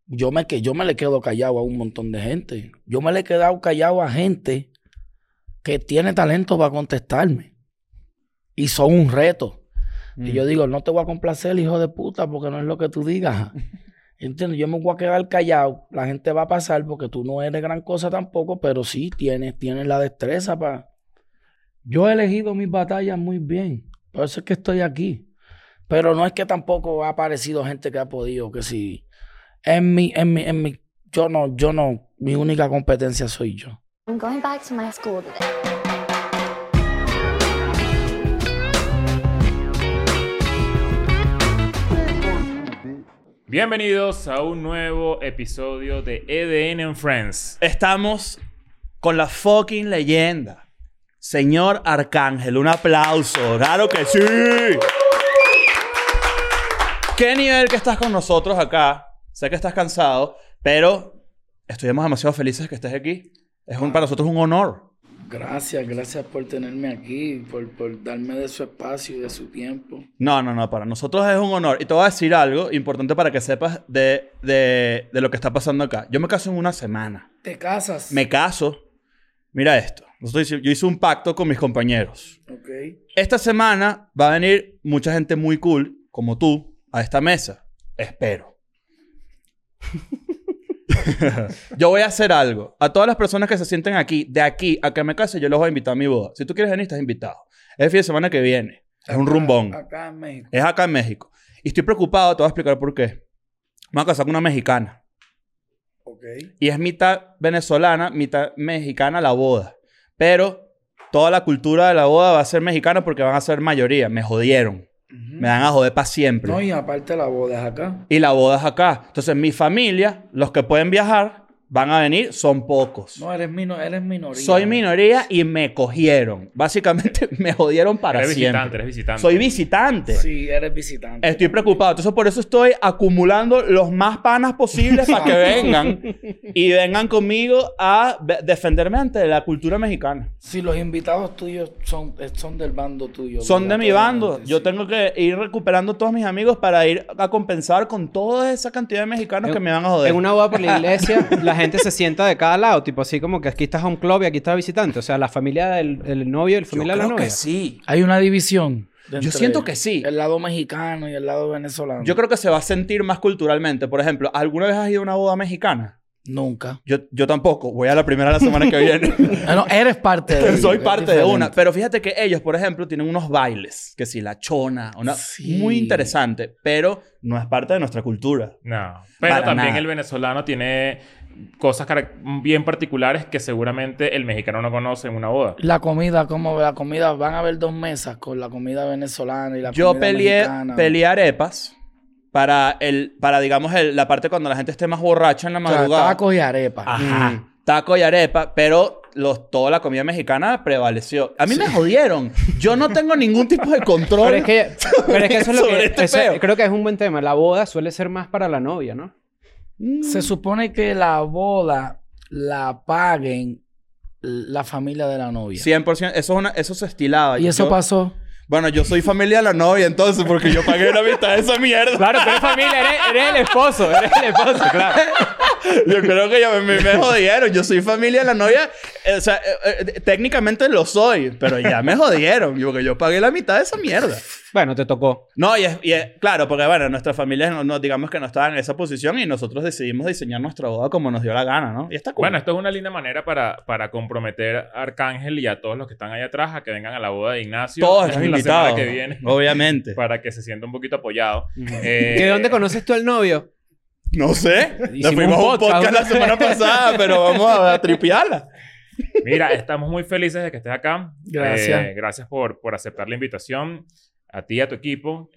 yo me le quedo callado a un montón de gente. Yo me le he quedado callado a gente que tiene talento para contestarme. Y son un reto. Y yo digo, no te voy a complacer, hijo de puta, porque no es lo que tú digas. ¿Entiendes? Yo me voy a quedar callado. La gente va a pasar porque tú no eres gran cosa tampoco, pero sí tienes la destreza para... Yo he elegido mis batallas muy bien. Por eso es que estoy aquí. Pero no es que tampoco ha aparecido gente que ha podido, que sí. Yo no, mi única competencia soy yo. I'm going back to my school today. Bienvenidos a un nuevo episodio de EDN and Friends. Estamos con la fucking leyenda. Señor Arcángel, un aplauso. ¡Claro que sí! ¿Qué nivel que estás con nosotros acá? Sé que estás cansado, pero estuvimos demasiado felices que estés aquí. Para nosotros un honor. Gracias por tenerme aquí, por darme de su espacio y de su tiempo. No, para nosotros es un honor. Y te voy a decir algo importante para que sepas de lo que está pasando acá. Yo me caso en una semana. ¿Te casas? Me caso. Mira esto. Yo hice un pacto con mis compañeros. Ok. Esta semana va a venir mucha gente muy cool, como tú, a esta mesa. Espero. Yo voy a hacer algo. A todas las personas que se sienten aquí, de aquí a que me case, yo los voy a invitar a mi boda. Si tú quieres venir, estás invitado. Es el fin de semana que viene. Es un rumbón. Acá en México. Es acá en México. Y estoy preocupado, te voy a explicar por qué. Me voy a casar con una mexicana. Ok. Y es mitad venezolana, mitad mexicana la boda. Pero toda la cultura de la boda va a ser mexicana porque van a ser mayoría. Me jodieron. Me van a joder para siempre. No, y aparte la boda es acá. Y la boda es acá. Entonces, mi familia, los que pueden viajar, van a venir, son pocos. No, eres minoría. Soy minoría y me cogieron. Básicamente, me jodieron para siempre. Eres visitante. Soy visitante. Sí, eres visitante. Estoy preocupado. Entonces, por eso estoy acumulando los más panas posibles para que vengan. Y vengan conmigo a defenderme ante la cultura mexicana. Sí, los invitados tuyos son del bando tuyo. Son de mi bando. Sí. Yo tengo que ir recuperando todos mis amigos para ir a compensar con toda esa cantidad de mexicanos que me van a joder. En una boda por la iglesia, la gente se sienta de cada lado. Tipo así como que aquí estás a un club y aquí estás visitante. O sea, la familia del novio y la familia de la Yo creo novia. que sí. Hay una división. Yo siento que sí. El lado mexicano y el lado venezolano. Yo creo que se va a sentir más culturalmente. Por ejemplo, ¿alguna vez has ido a una boda mexicana? Nunca. Yo tampoco. Voy a la primera la semana que viene. No, eres parte de Soy ello, parte es de diferente. una. Pero fíjate que ellos, por ejemplo, tienen unos bailes. Que si la chona. Sí. Muy interesante. Pero no es parte de nuestra cultura. No. Pero Para también nada. el venezolano tiene cosas bien particulares que seguramente el mexicano no conoce en una boda. La comida, van a haber 2 mesas con la comida venezolana y la Yo comida mexicana. peleé arepas para digamos, la parte cuando la gente esté más borracha en la O sea, madrugada. tacos y arepa. Ajá. Taco y arepa, pero toda la comida mexicana prevaleció. A mí me jodieron. Yo no tengo ningún tipo de control. Pero es que eso es lo sobre que... este peo. creo que es un buen tema. La boda suele ser más para la novia, ¿no? Se supone que la boda la paguen la familia de la novia. 100%. Eso se estilaba. Y eso pasó. Bueno, yo soy familia de la novia entonces, porque yo pagué la mitad de esa mierda. Claro, pero es familia. Eres el esposo. Eres el esposo, claro. Yo creo que me jodieron. Yo soy familia de la novia. O sea, técnicamente lo soy, pero ya me jodieron. Porque yo pagué la mitad de esa mierda. Bueno, te tocó. No, y es claro, porque bueno, nuestras familias digamos que no estaban en esa posición y nosotros decidimos diseñar nuestra boda como nos dio la gana, ¿no? Y está cool. Bueno, esto es una linda manera para comprometer a Arcángel y a todos los que están allá atrás a que vengan a la boda de Ignacio. Todos están la invitados. semana que viene. Obviamente. Para que se sienta un poquito apoyado. ¿De dónde conoces tú al novio? No sé. Nos Hicimos fuimos a un un podcast. podcast la semana pasada, pero vamos a tripearla. Mira, estamos muy felices de que estés acá. Gracias. Gracias por aceptar la invitación. A ti y a tu equipo.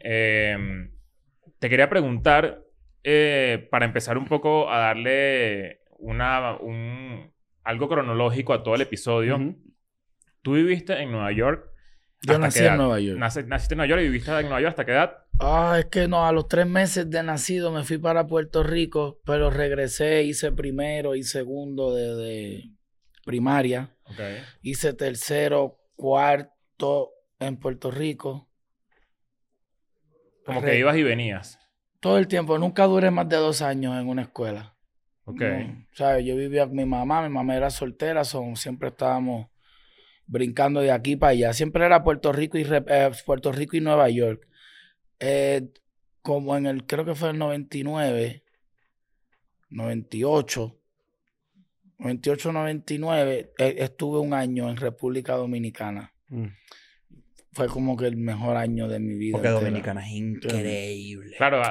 Te quería preguntar, para empezar un poco a darle algo cronológico a todo el episodio. Ujú. ¿Tú viviste en Nueva York? Yo ¿Hasta nací qué en edad? Nueva York. ¿Naciste en Nueva York y viviste en Nueva York hasta qué edad? Es que no, a los 3 meses de nacido me fui para Puerto Rico, pero regresé, hice primero y segundo de primaria. Okay. Hice tercero, cuarto en Puerto Rico. Como que ibas y venías. Todo el tiempo. Nunca duré más de 2 años en una escuela. Ok. No, ¿sabes? Yo vivía con mi mamá era soltera, siempre estábamos brincando de aquí para allá. Siempre era Puerto Rico y Nueva York. Como creo que fue el 99, 98, 99, estuve 1 año en República Dominicana. Fue como que el mejor año de mi vida. Porque entera. Dominicana es increíble. Claro,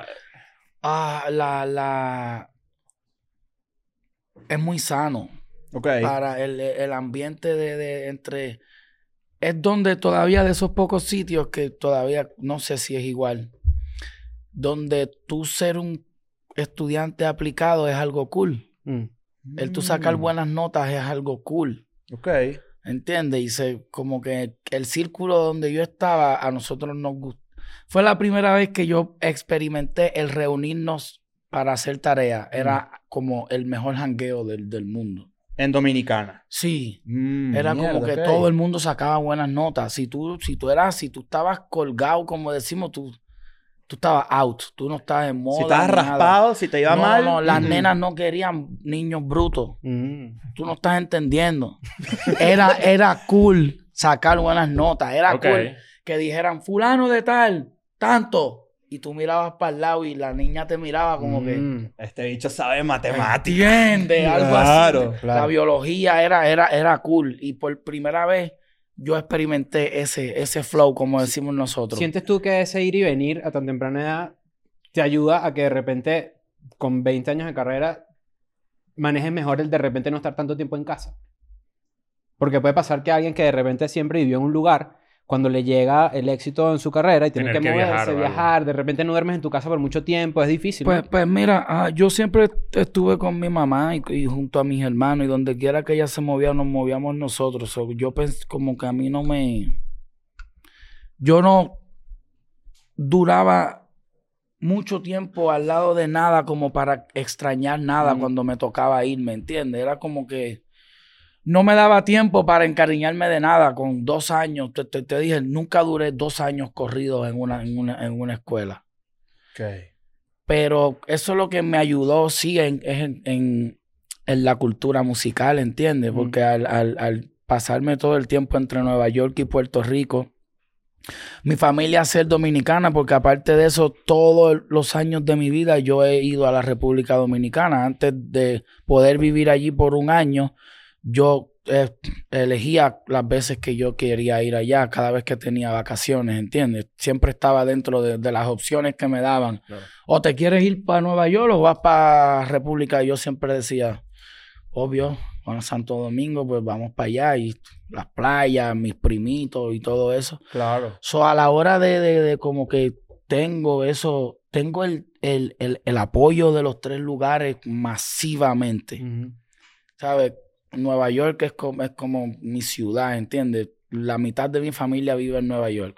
Es muy sano. Ok. Para el ambiente de entre... Es donde todavía de esos pocos sitios que todavía no sé si es igual. Donde tú ser un estudiante aplicado es algo cool. El tú sacar buenas notas es algo cool. Ok. ¿Entiendes? Y como que el círculo donde yo estaba, a nosotros nos gustó. Fue la primera vez que yo experimenté el reunirnos para hacer tarea. Era como el mejor jangueo del mundo. En Dominicana. Sí. Era Mierda, como que ok. todo el mundo sacaba buenas notas. Si tú estabas colgado, como decimos, tú estabas out. Tú no estabas en moda. Si estabas ni nada. raspado, si te iba mal. No, las nenas no querían niños brutos. Tú no estás entendiendo. Era cool sacar buenas notas. Era ok. cool que dijeran, fulano de tal, tanto. Y tú mirabas para el lado y la niña te miraba como que... Este bicho sabe matemáticas. ¿Entiendes? Algo Claro, así. claro. La biología era cool. Y por primera vez yo experimenté ese flow, como decimos nosotros. ¿Sientes tú que ese ir y venir a tan temprana edad te ayuda a que de repente, con 20 años de carrera, manejes mejor el de repente no estar tanto tiempo en casa? Porque puede pasar que alguien que de repente siempre vivió en un lugar, cuando le llega el éxito en su carrera y tiene Tener que que moverse, viajar, viajar, de repente no duermes en tu casa por mucho tiempo, es difícil, ¿no? Pues mira, yo siempre estuve con mi mamá y junto a mis hermanos y donde quiera que ella se movía, nos movíamos nosotros. So, yo pensé como que a mí yo no duraba mucho tiempo al lado de nada como para extrañar nada cuando me tocaba ir, ¿me entiendes? Era como que no me daba tiempo para encariñarme de nada. Con 2 años, te dije, nunca duré 2 años corridos en una escuela. Ok. Pero eso es lo que me ayudó, sí, en la cultura musical, ¿entiendes? Porque al pasarme todo el tiempo entre Nueva York y Puerto Rico, mi familia ser dominicana, porque aparte de eso, todos los años de mi vida yo he ido a la República Dominicana. Antes de poder vivir allí por 1 año, yo elegía las veces que yo quería ir allá, cada vez que tenía vacaciones, ¿entiendes? Siempre estaba dentro de las opciones que me daban. Claro. O te quieres ir para Nueva York o vas para República. Yo siempre decía, obvio, a Santo Domingo, pues vamos para allá y las playas, mis primitos y todo eso. Claro. So, a la hora de como que tengo eso, tengo el apoyo de los 3 lugares masivamente. ¿Sabes? Nueva York es como mi ciudad, ¿entiendes? La mitad de mi familia vive en Nueva York.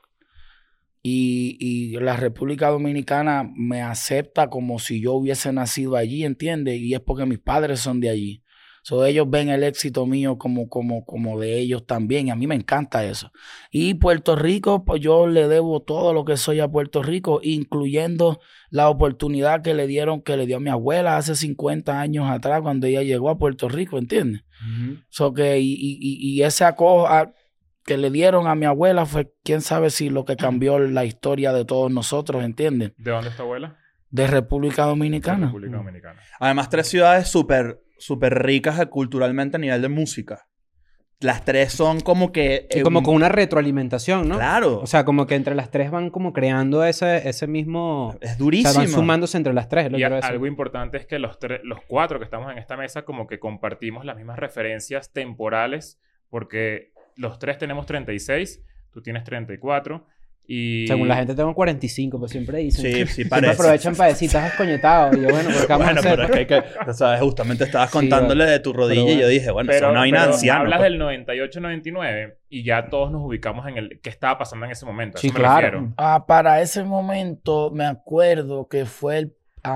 Y la República Dominicana me acepta como si yo hubiese nacido allí, ¿entiendes? Y es porque mis padres son de allí. So, ellos ven el éxito mío como de ellos también. Y a mí me encanta eso. Y Puerto Rico, pues yo le debo todo lo que soy a Puerto Rico, incluyendo la oportunidad que le dio a mi abuela hace 50 años atrás cuando ella llegó a Puerto Rico, ¿entiendes? So que, y ese que le dieron a mi abuela fue, quién sabe si lo que cambió la historia de todos nosotros, ¿entiendes? ¿De dónde es tu abuela? De República Dominicana. República Dominicana. Además, 3 ciudades súper ricas culturalmente a nivel de música. Las 3 son como que... Y como con una retroalimentación, ¿no? Claro. O sea, como que entre las 3 van como creando ese mismo... Es O durísimo. sea, van sumándose entre las 3. Y algo importante es que los 4 que estamos en esta mesa como que compartimos las mismas referencias temporales porque los 3 tenemos 36, tú tienes 34 y... Según la gente tengo 45, pues siempre dicen. Sí, sí Siempre parece. aprovechan para decir, estás escoñetado. Y yo, bueno, ¿por qué vamos a Bueno, hacer? pero es que hay que... O sea, justamente estabas Sí, contándole de tu rodilla pero y yo dije, bueno, Pero, eso no hay nada pero anciano. hablas pues. del 98-99 y ya todos nos ubicamos en el... ¿Qué estaba pasando en ese momento? A Sí, eso me claro. refiero. Para ese momento me acuerdo que fue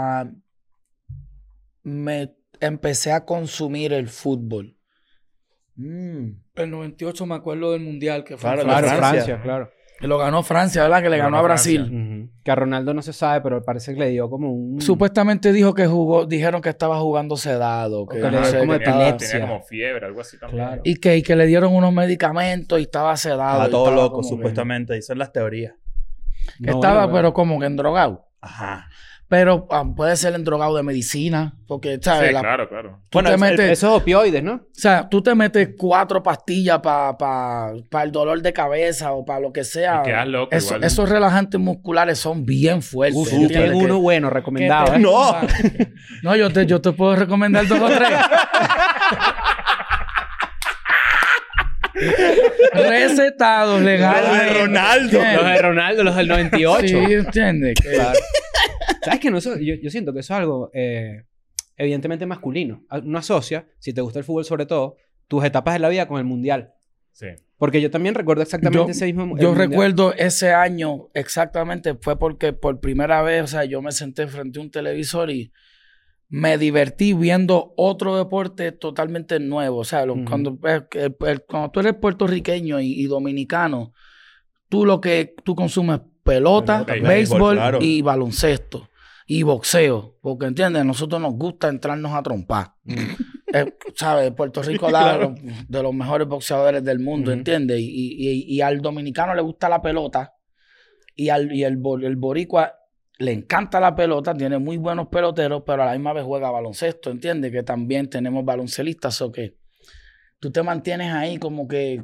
me empecé a consumir el fútbol. El 98 me acuerdo del Mundial que fue Claro, en el de Claro, Francia. Francia, claro. Lo ganó Francia, ¿verdad? Que le ganó a Brasil. Ujú. Que a Ronaldo no se sabe, pero parece que le dio como un... Supuestamente dijeron que estaba jugando sedado. Que que le no dio sé, como que estaba- epilepsia. Tenía como fiebre, algo así también. Claro. y que le dieron unos medicamentos y estaba sedado. Estaba y todo estaba loco, como que- supuestamente. Dicen las teorías. Que No, estaba, bueno, pero como que endrogado. Ajá. Pero puede ser endrogado de medicina. Porque, ¿sabes? Sí, claro. Tú te metes, Esos opioides, ¿no? o sea, tú te metes 4 pastillas para el dolor de cabeza o para lo que sea. Y quedas loco igual. Esos relajantes musculares son bien fuertes. Uf, ¿entiendes? tienen Que- uno bueno, recomendado, ¿eh? No. No, yo te puedo recomendar 2 o 3. Recetados legales. Los de Ronaldo. Los de Ronaldo, los del 98. Sí, ¿entiendes? Que- Claro. ¿Sabes qué? No, yo siento que eso es algo evidentemente masculino. Uno asocia, si te gusta el fútbol sobre todo, tus etapas de la vida con el mundial. Sí. Porque yo también recuerdo exactamente ese mismo... el Yo mundial. recuerdo ese año exactamente, fue porque por primera vez, o sea, yo me senté frente a un televisor y me divertí viendo otro deporte totalmente nuevo. O sea, Ujú. cuando tú eres puertorriqueño y dominicano, tú consumes pelota, Pelota, béisbol claro. y baloncesto y boxeo. Porque, ¿entiendes? A nosotros nos gusta entrarnos a trompar. ¿Sabes? Puerto Rico da de los mejores boxeadores del mundo, Ujú. ¿entiendes? Y al dominicano le gusta la pelota y el boricua le encanta la pelota, tiene muy buenos peloteros, pero a la misma vez juega baloncesto, ¿entiendes? Que también tenemos baloncelistas, o que tú te mantienes ahí como que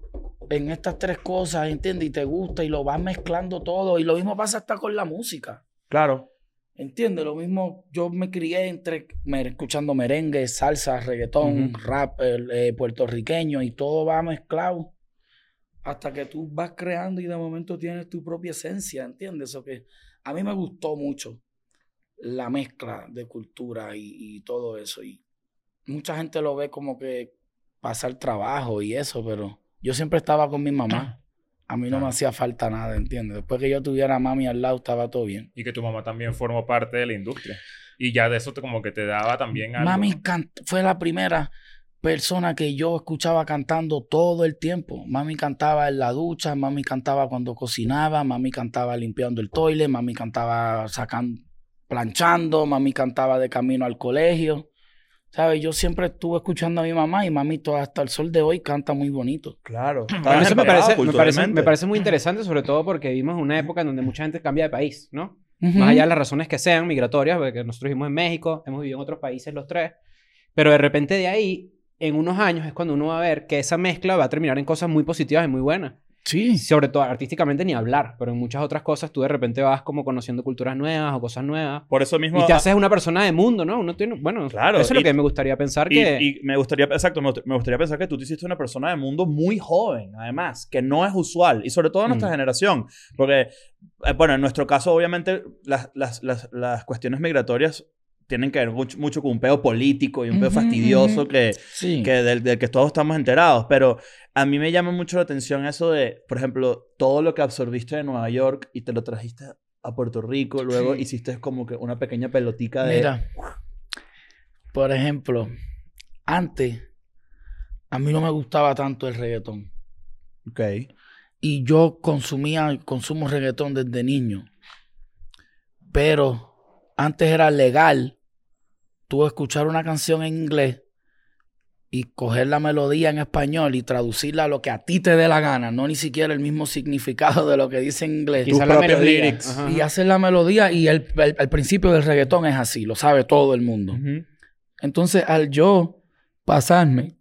en estas 3 cosas, ¿entiendes? Y te gusta y lo vas mezclando todo. Y lo mismo pasa hasta con la música. Claro. ¿Entiendes? Lo mismo, yo me crié escuchando merengue, salsa, reggaetón, rap puertorriqueño y todo va mezclado hasta que tú vas creando y de momento tienes tu propia esencia, ¿entiendes? O que a mí me gustó mucho la mezcla de cultura y todo eso. Y mucha gente lo ve como que pasar trabajo y eso, pero yo siempre estaba con mi mamá. A mí no me hacía falta nada, ¿entiendes? Después que yo tuviera a mami al lado, estaba todo bien. Y que tu mamá también formó parte de la industria. Y ya de eso como que te daba también algo. Mami fue la primera persona que yo escuchaba cantando todo el tiempo. Mami cantaba en la ducha, mami cantaba cuando cocinaba, mami cantaba limpiando el toilet, mami cantaba planchando, mami cantaba de camino al colegio. ¿Sabes? Yo siempre estuve escuchando a mi mamá y mami hasta el sol de hoy canta muy bonito. Claro. Bueno, eso me parece culturalmente. muy interesante, sobre todo porque vivimos en una época en donde mucha gente cambia de país, ¿no? Ujú. Más allá de las razones que sean migratorias, porque nosotros vivimos en México, hemos vivido en otros países los 3, pero de repente de ahí, en unos años, es cuando uno va a ver que esa mezcla va a terminar en cosas muy positivas y muy buenas. Sí. Sobre todo artísticamente ni hablar, pero en muchas otras cosas tú de repente vas como conociendo culturas nuevas o cosas nuevas. Por eso mismo... Y te haces una persona de mundo, ¿no? Uno tiene... Bueno, Claro, eso es lo y- que me gustaría pensar Y, que... y me gustaría, exacto, me gustaría pensar que tú te hiciste una persona de mundo muy joven, además, que no es usual, y sobre todo en nuestra generación, porque, bueno, en nuestro caso, obviamente, las cuestiones migratorias tienen que ver mucho con un peo político y un peo Ujú, fastidioso ujú. que Sí. del que todos estamos enterados, pero a mí me llama mucho la atención eso de, por ejemplo, todo lo que absorbiste de Nueva York y te lo trajiste a Puerto Rico, luego Sí. hiciste como que una pequeña pelotica de... Mira, por ejemplo, antes a mí no me gustaba tanto el reggaetón. Ok. Y yo consumo reggaetón desde niño. Pero antes era legal tú escuchar una canción en inglés y coger la melodía en español y traducirla a lo que a ti te dé la gana, no ni siquiera el mismo significado de lo que dice en inglés. Quizá tus la propios melodía. lyrics. Ajá. Y hacer la melodía y el principio del reggaetón es así, lo sabe todo el mundo. Ujú. Entonces, al yo pasarme,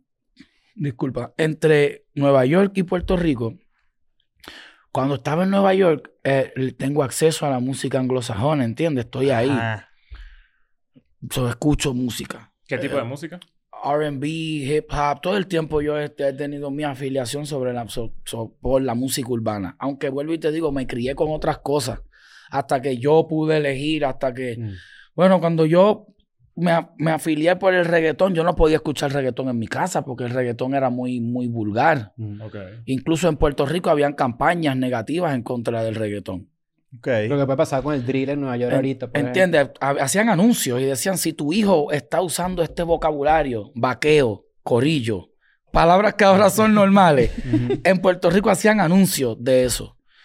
entre Nueva York y Puerto Rico, cuando estaba en Nueva York, tengo acceso a la música anglosajona, ¿entiendes? Estoy ahí. Ah. So, escucho música. ¿Qué tipo de música? R&B, hip hop, todo el tiempo yo he tenido mi afiliación por la música urbana. Aunque vuelvo y te digo, me crié con otras cosas hasta que yo pude elegir, Bueno, cuando yo me afilié por el reggaetón, yo no podía escuchar reggaetón en mi casa porque el reggaetón era muy, muy vulgar. Ok. Incluso en Puerto Rico habían campañas negativas en contra del reggaetón. Ok. Lo que puede pasar con el drill en Nueva York ahorita. por ejemplo. ¿Entiendes? Hacían anuncios y decían, si tu hijo está usando este vocabulario, vaqueo, corillo, palabras que ahora son normales, en Puerto Rico hacían anuncios de eso.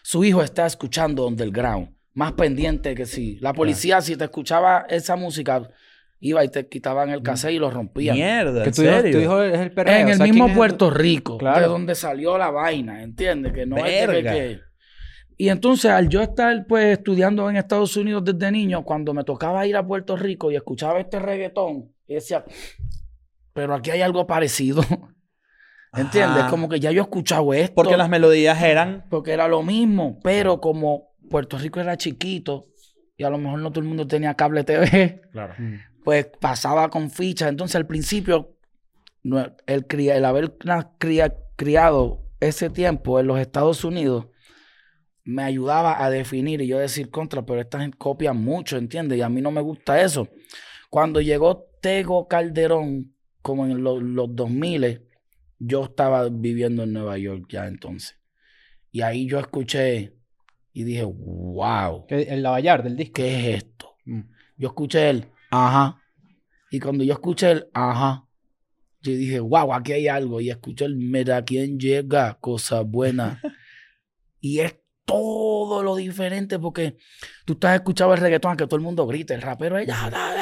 su hijo está escuchando underground. Más pendiente que si. La policía, si te escuchaba esa música, iba y te quitaban el cassette y lo rompían. Mierda, Que ¿en tu hijo, serio? tu hijo es el perreo. En o el sea, mismo ¿quién es Puerto Rico, Claro. de donde salió la vaina, ¿entiendes? Que no es de Verga. que... Y entonces, al yo estar pues estudiando en Estados Unidos desde niño, cuando me tocaba ir a Puerto Rico y escuchaba este reggaetón, y decía, pero aquí hay algo parecido. ¿Entiendes? Ajá. Como que ya yo he escuchado esto. Porque las melodías eran... Porque era lo mismo, pero como Puerto Rico era chiquito y a lo mejor no todo el mundo tenía cable TV, Claro. pues pasaba con fichas. Entonces, al principio, el haber criado ese tiempo en los Estados Unidos me ayudaba a definir y yo decir contra, pero esta gente copia mucho, ¿entiendes? Y a mí no me gusta eso. Cuando llegó Tego Calderón, como en los 2000, yo estaba viviendo en Nueva York ya entonces. Y ahí yo escuché y dije, wow, El Lavallar del disco. ¿qué es esto? Mm. Yo escuché el ajá. Y cuando yo escuché el ajá, yo dije, wow, aquí hay algo. Y escuché el mira quién llega, cosa buena. Y es todo lo diferente porque tú estás escuchando el reggaetón que todo el mundo grita, el rapero es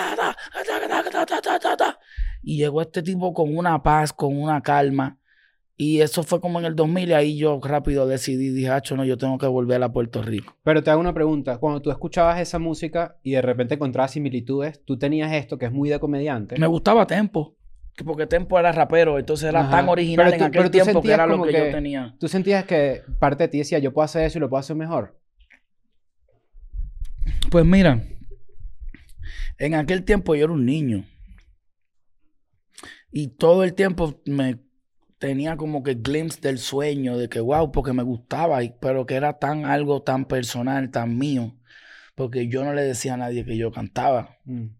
y llegó este tipo con una paz, con una calma. Y eso fue como en el 2000 y ahí yo rápido decidí, dije, no, yo tengo que volver a Puerto Rico. Pero te hago una pregunta. Cuando tú escuchabas esa música y de repente encontrabas similitudes, tú tenías esto que es muy de comediante. Me gustaba Tempo, porque Tempo era rapero, entonces era Ajá. tan original Pero en tú- aquel pero tú tiempo que sentías era lo como que que- yo tenía. ¿Tú sentías que parte de ti decía, yo puedo hacer eso y lo puedo hacer mejor? Pues mira, en aquel tiempo yo era un niño. Y todo el tiempo me tenía como que glimpse del sueño, de que wow, porque me gustaba, pero que era algo tan personal, tan mío, porque yo no le decía a nadie que yo cantaba.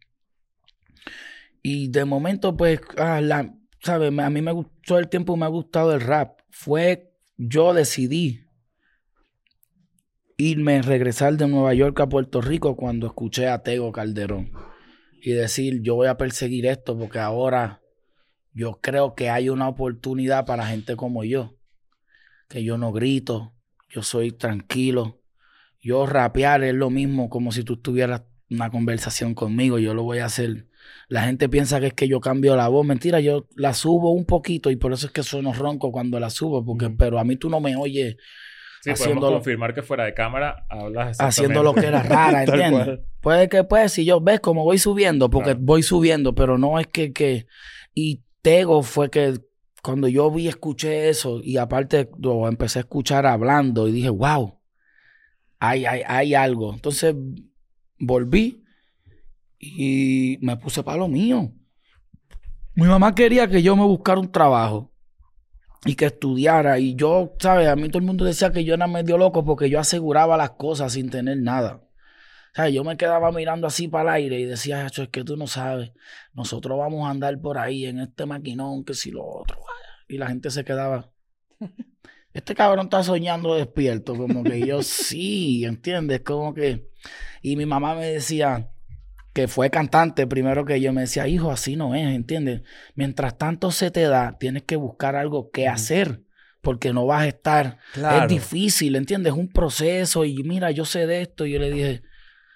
Y de momento, pues, ¿sabes? A mí todo el tiempo me ha gustado el rap. Yo decidí regresar de Nueva York a Puerto Rico cuando escuché a Tego Calderón. Y decir, yo voy a perseguir esto porque ahora yo creo que hay una oportunidad para gente como yo. Que yo no grito, yo soy tranquilo. Yo rapear es lo mismo como si tú tuvieras una conversación conmigo. Yo lo voy a hacer. La gente piensa que es que yo cambio la voz. Mentira, yo la subo un poquito y por eso es que sueno ronco cuando la subo. Pero a mí tú no me oyes Sí, podemos haciéndolo, confirmar que fuera de cámara hablas haciendo lo que era rara, Tal ¿entiendes? cual. Puede que, pues, si yo ves como voy subiendo, porque Claro. voy subiendo, pero no es que... Y Tego fue que cuando yo escuché eso y aparte lo empecé a escuchar hablando y dije, wow, hay algo. Entonces volví y me puse para lo mío. Mi mamá quería que yo me buscara un trabajo y que estudiara. Y yo, ¿sabes? A mí todo el mundo decía que yo era medio loco porque yo aseguraba las cosas sin tener nada. O sea, yo me quedaba mirando así para el aire y decía, es que tú no sabes. Nosotros vamos a andar por ahí en este maquinón, que si lo otro. Y la gente se quedaba. Este cabrón está soñando despierto. Como que yo sí, ¿entiendes? Como que... Y mi mamá me decía, que fue cantante primero que yo, me decía, hijo, así no es, ¿entiendes? Mientras tanto se te da, tienes que buscar algo que hacer, porque no vas a estar... Claro. Es difícil, ¿entiendes? Es un proceso y mira, yo sé de esto. Y yo le dije,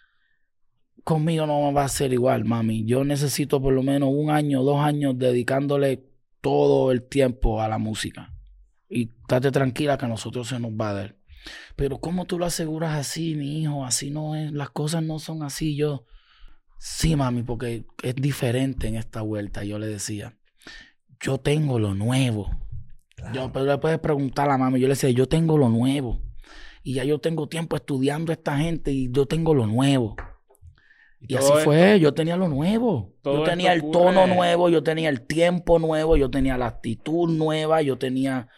conmigo no va a ser igual, mami. Yo necesito por lo menos 1 año, 2 años dedicándole todo el tiempo a la música. Y estate tranquila que a nosotros se nos va a dar. Pero ¿cómo tú lo aseguras así, mi hijo? Así no es, las cosas no son así. Yo, sí, mami, porque es diferente en esta vuelta. Yo le decía, yo tengo lo nuevo. Claro. Pero le puedes preguntar a la mami. Yo le decía, yo tengo lo nuevo. Y ya yo tengo tiempo estudiando a esta gente y yo tengo lo nuevo. Y así fue, yo tenía lo nuevo. Yo tenía el tono nuevo, yo tenía el tiempo nuevo, yo tenía la actitud nueva, yo tenía...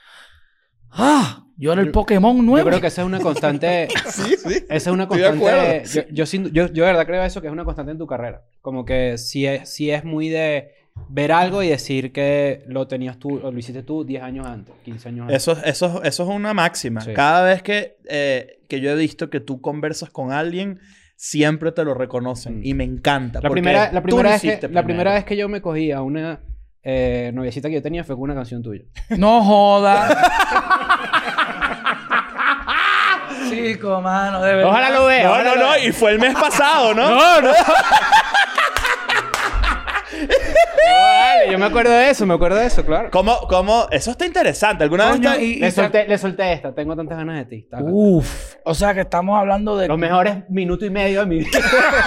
Yo era el Pokémon nuevo. Yo creo que esa es una constante... Sí. Esa es una constante... Yo de verdad creo eso, que es una constante en tu carrera. Como que sí es muy de ver algo y decir que lo tenías tú, o lo hiciste tú 10 años antes, 15 años antes. Eso es una máxima. Sí. Cada vez que yo he visto que tú conversas con alguien, siempre te lo reconocen. Y me encanta. La porque primera tú lo vez hiciste que, la primero. primera vez que yo me cogí a una noviecita que yo tenía fue con una canción tuya. No joda. Sí, Chico, mano, de verdad. Ojalá lo vea. No, ojalá no, lo no. vea. Y fue el mes pasado, ¿no? No, no. Vale, yo me acuerdo de eso, claro. ¿Cómo? Eso está interesante. ¿Alguna Coño, vez te- y Le solté esta. Tengo tantas ganas de ti. Taca. Uf. O sea que estamos hablando de... Los mejores minuto y medio de mi vida.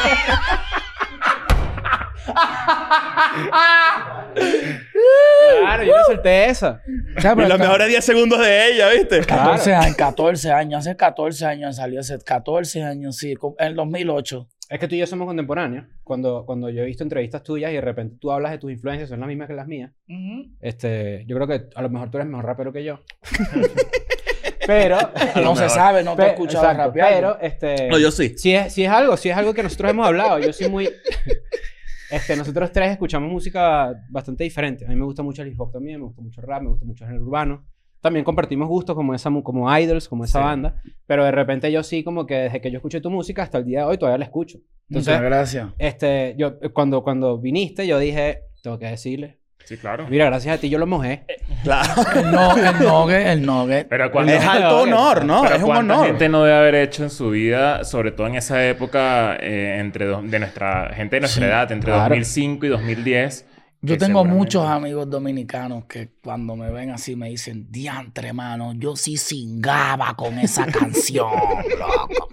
Claro, yo le solté esa. O sea, Y pero los mejores 10 segundos de ella, ¿viste? 14 años, 14 años. Hace 14 años salió ese... 14 años, sí. En el 2008. Es que tú y yo somos contemporáneos. Cuando yo he visto entrevistas tuyas y de repente tú hablas de tus influencias, son las mismas que las mías. Yo creo que a lo mejor tú eres mejor rapero que yo. Pero... No se sabe, no te he escuchado exacto, rapear. pero, No, yo sí. si es algo que nosotros hemos hablado. Yo soy muy... nosotros tres escuchamos música bastante diferente. A mí me gusta mucho el hip hop también, me gusta mucho el rap, me gusta mucho el género urbano. También compartimos gustos como Idols, como esa banda. Pero de repente yo sí como que desde que yo escuché tu música hasta el día de hoy todavía la escucho. Entonces, Muchas gracias. yo cuando viniste yo dije, tengo que decirle, Sí, claro. mira, gracias a ti yo lo mojé. Claro. El nugget. Pero cuando... Es alto honor, ¿no? Pero Es un ¿cuánta honor. gente no debe haber hecho en su vida, sobre todo en esa época, de nuestra gente de nuestra edad, entre claro. 2005 y 2010? Yo que tengo seguramente- muchos amigos dominicanos que cuando me ven así me dicen, diantre, mano, yo sí singaba con esa canción, loco.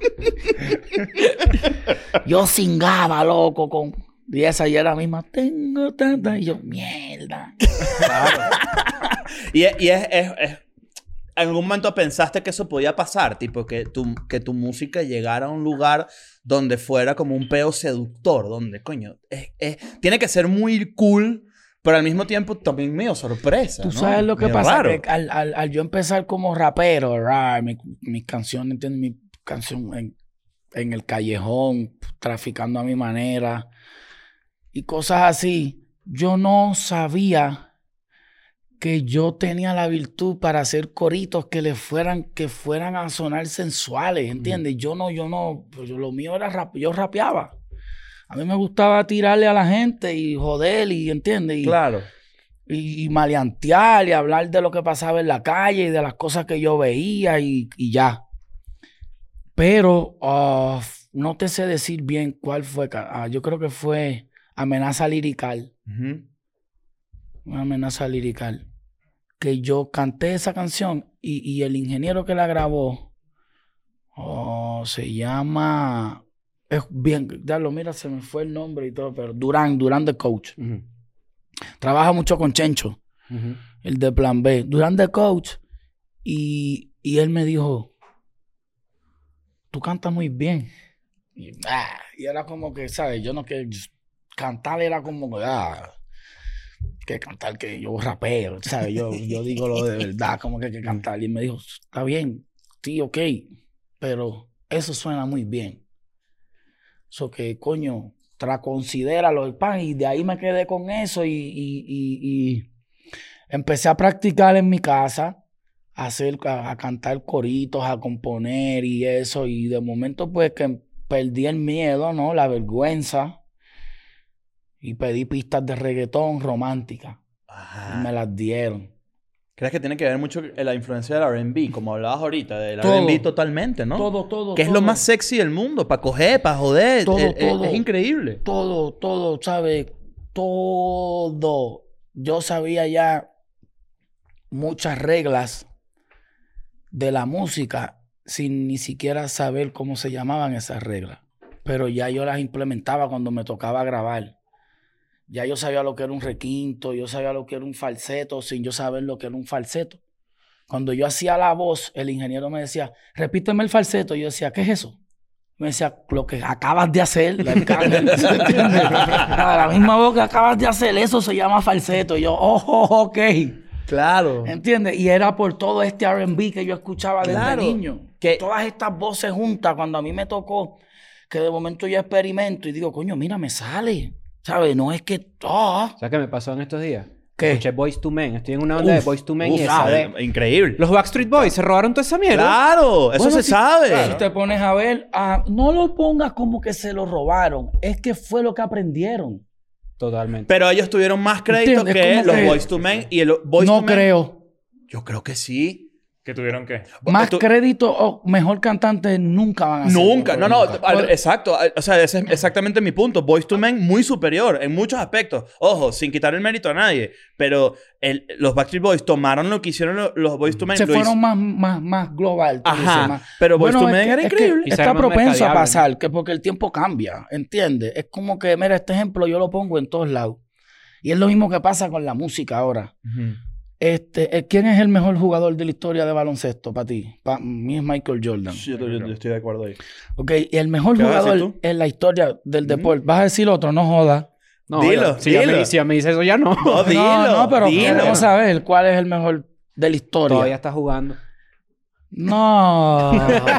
Yo singaba, loco, con... Y esa ya era la misma, tengo tanta... Y yo, mierda. Claro. Y en algún momento pensaste que eso podía pasar, tipo que tu música llegara a un lugar donde fuera como un peo seductor, donde, coño, tiene que ser muy cool, pero al mismo tiempo también medio sorpresa, Tú ¿no? sabes lo que Medio pasa, raro. que al yo empezar como rapero, mis canciones, ¿entiendes? Mi canción en el callejón, traficando a mi manera y cosas así, yo no sabía que yo tenía la virtud para hacer coritos que fueran a sonar sensuales, ¿entiendes? Yo no, pues lo mío era rap, yo rapeaba. A mí me gustaba tirarle a la gente y joder, y ¿entiendes? Y, Claro. y maleantear y hablar de lo que pasaba en la calle y de las cosas que yo veía y ya. Pero no te sé decir bien cuál fue. Yo creo que fue Amenaza Lirical. Ujú. Una amenaza lirical. Que yo canté esa canción y el ingeniero que la grabó se llama... Es bien, dalo, mira, se me fue el nombre y todo, pero Durán the Coach. Ujú. Trabaja mucho con Chencho, Ujú. el de Plan B. Durán the Coach. Y él me dijo, tú cantas muy bien. Y era como que, ¿sabes? Yo no que cantar era como que cantar que yo rapeo, ¿sabes? Yo digo lo de verdad, como que cantar. Y él me dijo, está bien, sí, ok, pero eso suena muy bien. Eso que, coño, considéralo el pan. Y de ahí me quedé con eso y empecé a practicar en mi casa, a cantar coritos, a componer y eso. Y de momento, pues, que perdí el miedo, ¿no? La vergüenza. Y pedí pistas de reggaetón románticas. Y me las dieron. ¿Crees que tiene que ver mucho la influencia del R&B? Como hablabas ahorita, del Todo. R&B totalmente, ¿no? Todo. Que es lo más sexy del mundo, para coger, para joder. Todo. Es increíble. Todo, ¿sabes? Todo. Yo sabía ya muchas reglas de la música sin ni siquiera saber cómo se llamaban esas reglas. Pero ya yo las implementaba cuando me tocaba grabar. Ya yo sabía lo que era un requinto, yo sabía lo que era un falseto, sin yo saber lo que era un falseto. Cuando yo hacía la voz, el ingeniero me decía, repíteme el falseto. Yo decía, ¿qué es eso? Me decía, lo que acabas de hacer. La misma voz que acabas de hacer, eso se llama falseto. Y yo, ok. Claro. ¿Entiendes? Y era por todo este R&B que yo escuchaba desde Claro. niño. Que- Todas estas voces juntas, cuando a mí me tocó, que de momento yo experimento y digo, coño, mira, me sale. ¿Sabes? No es que... ¿Sabes qué me pasó en estos días? ¿Qué? Escuché Boyz II Men. Estoy en una onda de Boyz II Men y Increíble. Los Backstreet Boys se robaron toda esa mierda. Claro, eso Bueno, se si- sabe. Si te pones a ver, no lo pongas como que se lo robaron. Es que fue lo que aprendieron. Totalmente. Pero ellos tuvieron más crédito ¿Entiendes? que Como los que- Boyz II Men y el Boyz No II Men. creo. Yo creo que sí. ¿Que tuvieron qué? Más crédito o mejor cantante nunca van a ser. Nunca, exacto. O sea, ese es exactamente mi punto. Boyz II Men muy superior en muchos aspectos. Ojo, sin quitar el mérito a nadie. Pero los Backstreet Boys tomaron lo que hicieron los Boyz II Men. Se fueron más global. Ajá. Pero Boyz II Men era increíble. Está propenso a pasar, porque el tiempo cambia, ¿entiendes? Es como que, mira, este ejemplo yo lo pongo en todos lados. Y es lo mismo que pasa con la música ahora. ¿Quién es el mejor jugador de la historia de baloncesto para ti? Para mí es Michael Jordan. Sí, yo estoy de acuerdo ahí. Ok, y el mejor jugador en la historia del deporte. ¿Vas a decir otro? No jodas. No, dilo. Si ya me dice eso, ya no. No, dilo. No, pero queremos saber cuál es el mejor de la historia. Todavía está jugando. No.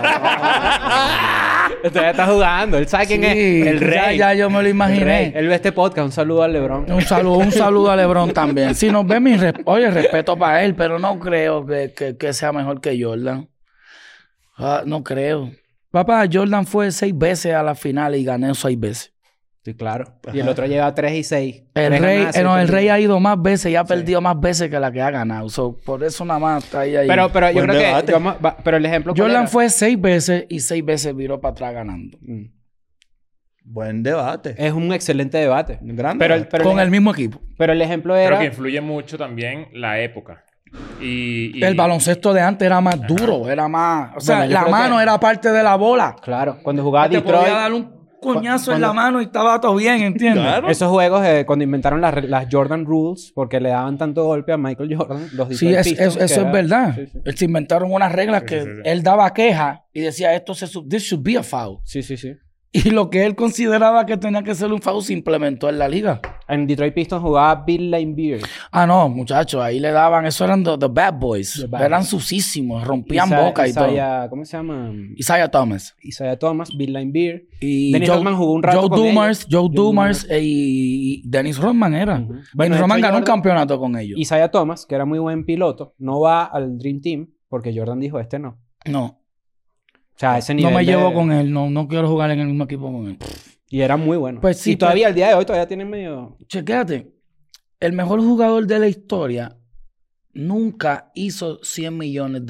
Todavía está jugando. Él sabe quién es. El rey. Ya yo me lo imaginé. Él ve este podcast. Un saludo al LeBron. Un saludo a LeBron también. Si nos ve, oye, respeto para él, pero no creo que sea mejor que Jordan. No creo. Papá, Jordan fue 6 veces a la final y ganó 6 veces. Sí, claro. Ajá. Y el otro lleva 3 y 6. El rey ha ido más veces y ha perdido más veces que la que ha ganado. Por eso nada más está ahí. Pero yo creo que... pero el ejemplo... Jordan fue 6 veces y 6 veces viró para atrás ganando. Buen debate. Es un excelente debate. Grande. Pero con el mismo equipo. Pero el ejemplo era... Creo que influye mucho también la época. Y el baloncesto de antes era más duro. Era más... O sea, bueno, la mano era parte de la bola. Claro. Cuando jugaba te Detroit... podía dar un coñazo en la mano y estaba todo bien, ¿entiendes? Claro. Esos juegos, cuando inventaron las Jordan Rules, porque le daban tanto golpe a Michael Jordan, los sí, eso es verdad. Sí. Se inventaron unas reglas que él daba queja y decía, this should be a foul. Sí. Y lo que él consideraba que tenía que ser un foul se implementó en la liga. En Detroit Pistons jugaba Bill Laimbeer. No, muchachos. Ahí le daban... Eso eran the bad boys. Eran sucísimos. Rompían boca y todo. ¿Cómo se llama? Isaiah Thomas, Bill Laimbeer. Y Dennis Rodman jugó un rato con ellos. Joe Dumars y Dennis Rodman era. Bueno, Dennis Rodman ganó un campeonato con ellos. Isaiah Thomas, que era muy buen piloto, no va al Dream Team porque Jordan dijo, no. No. O sea, ese nivel no me llevo con él. No quiero jugar en el mismo equipo con él. Y era muy bueno. Pues sí, y todavía al día de hoy todavía tiene medio... Chequéate. El mejor jugador de la historia nunca hizo $100 millones.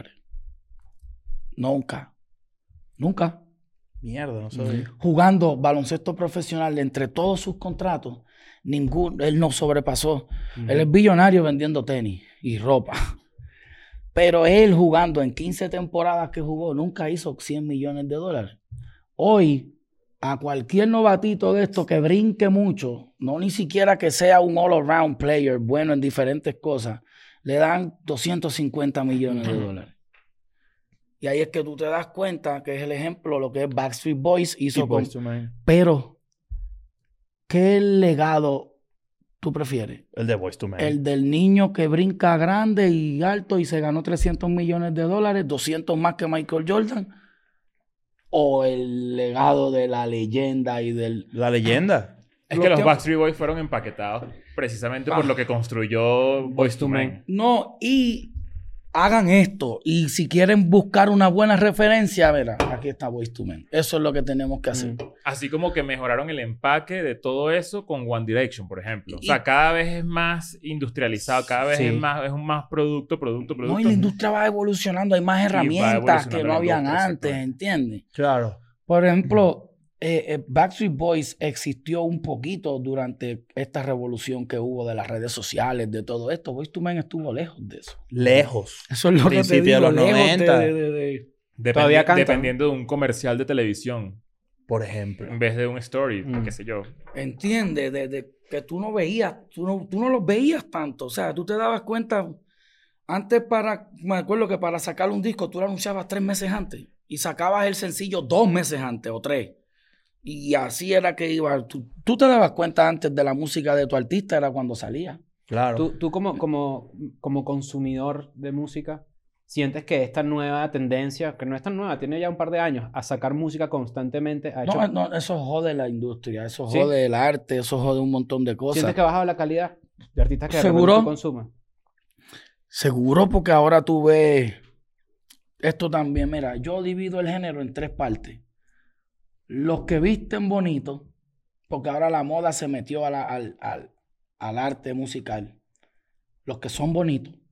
Nunca. Mierda, no sabía. Jugando baloncesto profesional entre todos sus contratos, él no sobrepasó. Él es billonario vendiendo tenis y ropa. Pero él jugando en 15 temporadas que jugó, nunca hizo $100 millones. Hoy, a cualquier novatito de esto que brinque mucho, no ni siquiera que sea un all-around player bueno en diferentes cosas, le dan $250 millones. Y ahí es que tú te das cuenta que es el ejemplo, lo que es Backstreet Boys hizo con... Pero, ¿qué legado tú prefieres? El de Boyz II Men. El del niño que brinca grande y alto y se ganó $300 millones, 200 más que Michael Jordan. ¿O el legado de la leyenda y del... La leyenda. Es que los Backstreet Boys fueron empaquetados precisamente por lo que construyó Boyz II Men. No, y hagan esto. Y si quieren buscar una buena referencia, verá, aquí está Boyz II Men. Eso es lo que tenemos que hacer. Así como que mejoraron el empaque de todo eso con One Direction, por ejemplo. O sea, cada vez es más industrializado, cada vez es un más producto. No, y la industria va evolucionando. Hay más herramientas que no habían antes, ¿entiendes? Claro. Por ejemplo, Backstreet Boys existió un poquito durante esta revolución que hubo de las redes sociales, de todo esto. Boyz II Men estuvo lejos de eso. Lejos. Eso es lo que te digo, de los lejos 90. Todavía cantan. Dependiendo de un comercial de televisión. Por ejemplo. En vez de un story, qué sé yo. ¿Entiendes? De que tú no veías, tú no los veías tanto. O sea, tú te dabas cuenta... Antes me acuerdo que para sacar un disco tú lo anunciabas 3 meses antes y sacabas el sencillo 2 meses antes o 3. Y así era que iba. Tú te dabas cuenta antes de la música de tu artista, era cuando salía. Claro. Tú como consumidor de música, ¿sientes que esta nueva tendencia, que no es tan nueva, tiene ya un par de años, a sacar música constantemente ha hecho... No, eso jode la industria, eso ¿Sí? jode el arte, eso jode un montón de cosas. ¿Sientes que ha bajado la calidad de artistas que ¿Seguro? tú consumas? Seguro, porque ahora tú ves esto también. Mira, yo divido el género en 3 partes. Los que visten bonito, porque ahora la moda se metió al arte musical. Los que son bonitos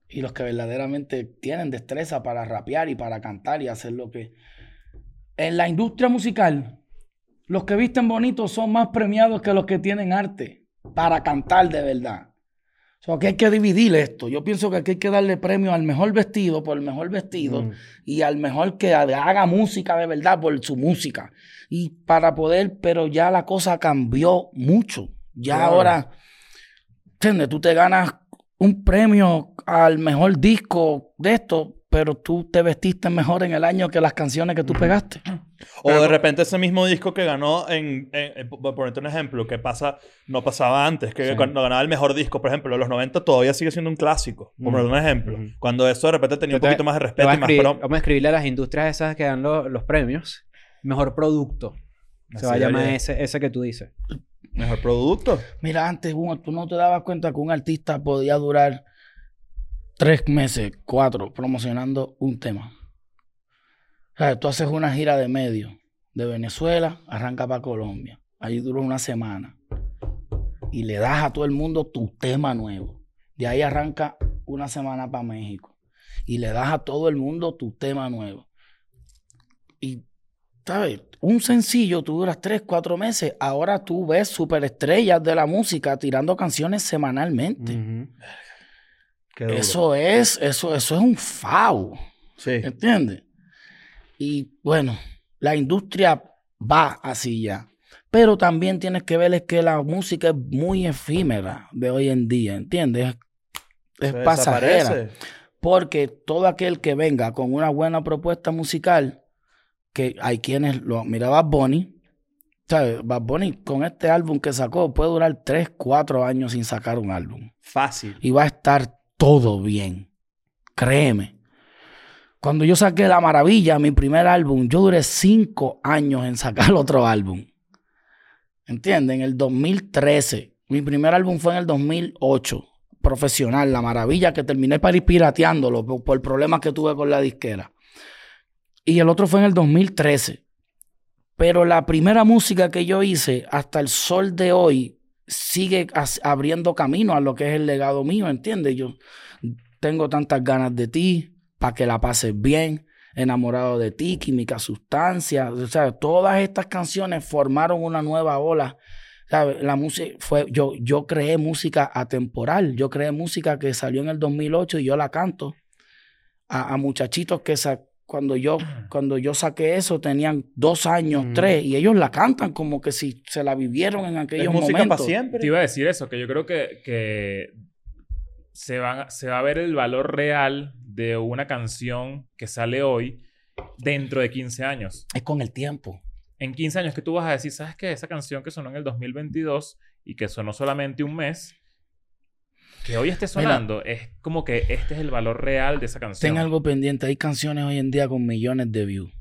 y los que verdaderamente tienen destreza para rapear y para cantar y hacer lo que... En la industria musical, los que visten bonito son más premiados que los que tienen arte para cantar de verdad. O sea, que hay que dividir esto. Yo pienso que aquí hay que darle premio al mejor vestido por el mejor vestido y al mejor que haga música de verdad por su música. Y para poder, pero ya la cosa cambió mucho. Ya Claro. ahora, ¿entiendes? Tú te ganas un premio al mejor disco de esto, pero tú te vestiste mejor en el año que las canciones que tú pegaste. O de repente ese mismo disco que ganó por ponerte un ejemplo, que no pasaba antes, que Sí. cuando ganaba el mejor disco, por ejemplo, en los 90 todavía sigue siendo un clásico. Por poner un ejemplo. Ujú. Cuando eso de repente tenía un poquito más de respeto y más Vamos a escribirle a las industrias esas que dan los premios. Mejor producto. Se va a Así llamar debería. ese que tú dices. Mejor producto. Mira, antes tú no te dabas cuenta que un artista podía durar 3 meses, 4, promocionando un tema. O sea, tú haces una gira de medio de Venezuela, arranca para Colombia. Ahí dura una semana. Y le das a todo el mundo tu tema nuevo. De ahí arranca una semana para México. Y le das a todo el mundo tu tema nuevo. Y, ¿sabes? Un sencillo, tú duras 3, 4 meses. Ahora tú ves superestrellas de la música tirando canciones semanalmente. Qué duro. Eso es un FAU. Sí. ¿Entiendes? Y bueno, la industria va así ya. Pero también tienes que ver es que la música es muy efímera de hoy en día, ¿entiendes? Es Se pasajera. desaparece. Porque todo aquel que venga con una buena propuesta musical, que hay quienes lo... Mira Bad Bunny, ¿sabes? Bad Bunny con este álbum que sacó puede durar 3, 4 años sin sacar un álbum. Fácil. Y va a estar todo bien. Créeme. Cuando yo saqué La Maravilla, mi primer álbum, yo duré 5 años en sacar otro álbum. ¿Entiendes? En el 2013. Mi primer álbum fue en el 2008. Profesional, La Maravilla, que terminé para ir pirateándolo por problemas que tuve con la disquera. Y el otro fue en el 2013. Pero la primera música que yo hice, hasta el sol de hoy, sigue abriendo camino a lo que es el legado mío, ¿entiendes? Yo tengo tantas ganas de ti, para que la pases bien, enamorado de ti, Química Sustancia, o sea, todas estas canciones formaron una nueva ola, ¿sabes? La música fue, yo creé música atemporal, yo creé música que salió en el 2008 y yo la canto a muchachitos que cuando yo saqué eso tenían 2 años, 3, y ellos la cantan como que si se la vivieron en aquellos Es música momentos. para siempre. Te iba a decir eso, que yo creo que se va a ver el valor real de una canción que sale hoy dentro de 15 años. Es con el tiempo. En 15 años que tú vas a decir, ¿sabes qué? Esa canción que sonó en el 2022 y que sonó solamente un mes, que hoy esté sonando, es como que este es el valor real de esa canción. Ten algo pendiente. Hay canciones hoy en día con millones de views.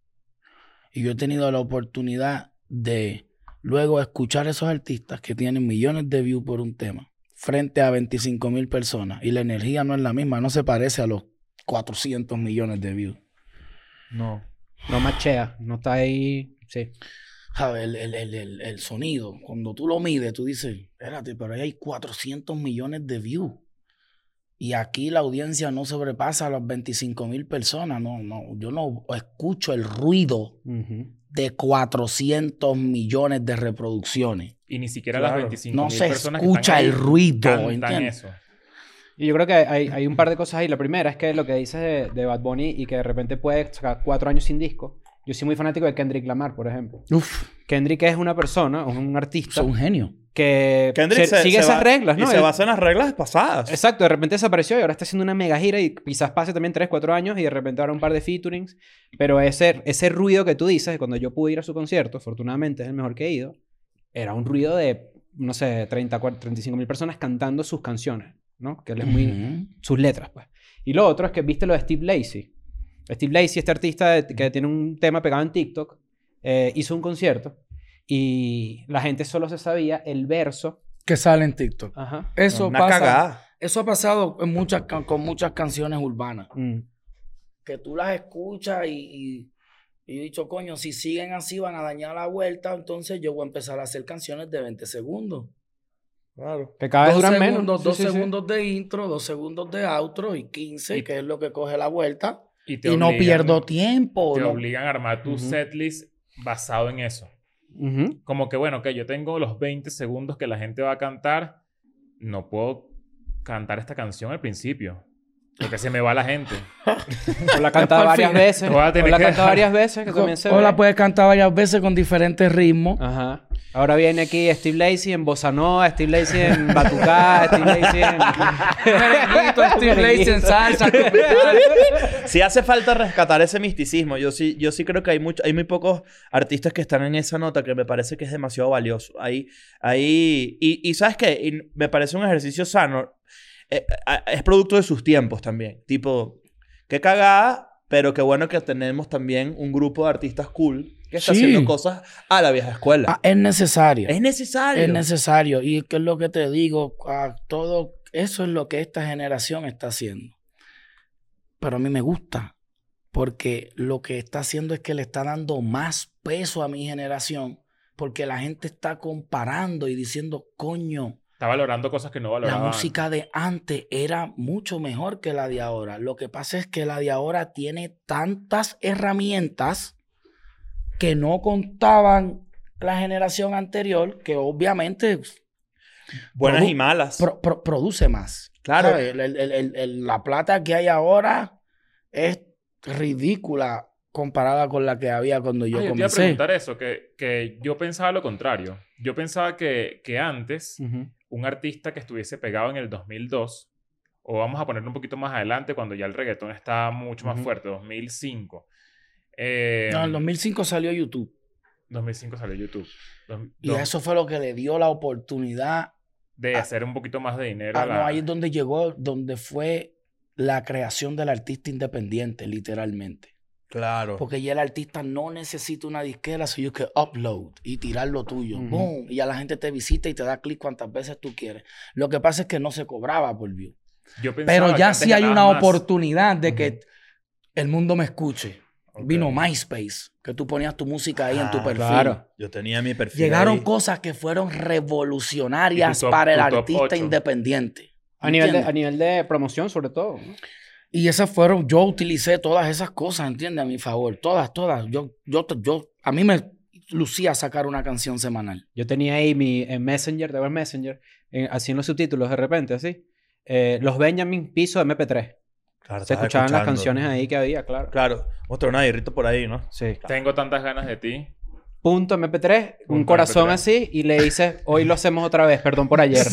Y yo he tenido la oportunidad de luego escuchar a esos artistas que tienen millones de views por un tema frente a 25,000 personas. Y la energía no es la misma. No se parece a los 400 millones de views. No. No machea. No está ahí... Sí. ¿Sabes? El sonido. Cuando tú lo mides, tú dices, espérate, pero ahí hay 400 millones de views. Y aquí la audiencia no sobrepasa a las 25,000 personas. No, yo no escucho el ruido de 400 millones de reproducciones. Y ni siquiera Claro. las 25,000 No se personas escucha que están el ahí ruido, cantan ¿entiendes? eso. Y yo creo que hay un par de cosas ahí. La primera es que lo que dices de Bad Bunny y que de repente puede sacar 4 años sin disco. Yo soy muy fanático de Kendrick Lamar, por ejemplo. Uf, Kendrick es una persona, un artista es un genio. que Kendrick sigue esas reglas, ¿no? Y se Él- basa en las reglas pasadas. Exacto, de repente desapareció y ahora está haciendo una mega gira y quizás pase también 3, 4 años y de repente habrá un par de featurings. Pero ese ruido que tú dices, cuando yo pude ir a su concierto, afortunadamente es el mejor que he ido, era un ruido de, no sé, 35,000 personas cantando sus canciones, ¿no? Que él es muy... Ujú. sus letras, pues. Y lo otro es que viste lo de Steve Lacy. Steve Lacy, este artista que tiene un tema pegado en TikTok, hizo un concierto y la gente solo se sabía el verso. Que sale en TikTok. Ajá. Eso Una pasa. cagada. Eso ha pasado en con muchas canciones urbanas. Mm. Que tú las escuchas y yo he dicho, coño, si siguen así van a dañar la vuelta, entonces yo voy a empezar a hacer canciones de 20 segundos. Claro. Que cada vez 2 duran segundos, menos. 2 Sí, sí, sí. segundos de intro, 2 segundos de outro y 15, que es lo que coge la vuelta. te Y no obligan- pierdo tiempo. Te no. obligan a armar tu Ujú. setlist basado en eso. Ujú. Como que, bueno, que yo tengo los 20 segundos que la gente va a cantar. No puedo cantar esta canción al principio. Porque se me va la gente. O la canta varias veces. Voy a O tener la que canta dejar- varias veces, que también se O ve. la puedes cantar varias veces con diferentes ritmos. Ajá. Ahora viene aquí Steve Lacy en bossa nova, Steve Lacy en batucada, Steve Lacy en... Merenguito, Steve Lacy en salsa. Sí hace falta rescatar ese misticismo. Yo sí creo que hay muy pocos artistas que están en esa nota que me parece que es demasiado valioso. Y ¿sabes qué? Y me parece un ejercicio sano. Es producto de sus tiempos también. Tipo, qué cagada, pero qué bueno que tenemos también un grupo de artistas cool que está Sí. haciendo cosas a la vieja escuela. Es necesario. Es necesario. Es necesario. Y qué es lo que te digo, todo eso es lo que esta generación está haciendo. Pero a mí me gusta. Porque lo que está haciendo es que le está dando más peso a mi generación. Porque la gente está comparando y diciendo, coño, Está valorando cosas que no la valoraban. música de antes era mucho mejor que la de ahora. Lo que pasa es que la de ahora tiene tantas herramientas que no contaban la generación anterior, que obviamente Buenas y malas. produce más. Claro. ¿Sabes? La plata que hay ahora es ridícula comparada con la que había cuando yo Yo te iba a comencé. preguntar eso, que yo pensaba lo contrario. Yo pensaba que antes Ujú. un artista que estuviese pegado en el 2002, o vamos a ponerlo un poquito más adelante, cuando ya el reggaetón estaba mucho más Ujú. fuerte, 2005. No, en el 2005 salió YouTube. 2005 salió YouTube. Y eso fue lo que le dio la oportunidad. De hacer un poquito más de dinero. No, ahí es donde llegó, donde fue la creación del artista independiente, literalmente. Claro. Porque ya el artista no necesita una disquera, so you can upload y tirar lo tuyo. Ujú. Boom. Y ya la gente te visita y te da clic cuantas veces tú quieres. Lo que pasa es que no se cobraba por view. Yo pensaba Pero que ya antes sí hay una ganabas más. oportunidad de que el mundo me escuche. Ok. Vino MySpace, que tú ponías tu música ahí en tu Ah, perfil. claro. Yo tenía mi perfil. Llegaron ahí. cosas que fueron revolucionarias Y tu top- para el tu top artista 8. independiente. A nivel ¿Entiendes? de promoción, sobre todo. ¿no? Y esas fueron, yo utilicé todas esas cosas, ¿entiendes? A mi favor. Todas. A mí me lucía sacar una canción semanal. Yo tenía ahí en Messenger, ¿te acuerdas Messenger? Así en los subtítulos, de repente, así. Los Benjamin piso MP3. Claro, Se estaba escuchaban las escuchando. canciones ahí que había, claro. Claro. Vamos a traer una birrita por ahí, ¿no? Sí. Tengo tantas ganas de ti. Punto MP3, un Punto corazón MP3. así, y le dices, hoy lo hacemos otra vez, perdón por ayer.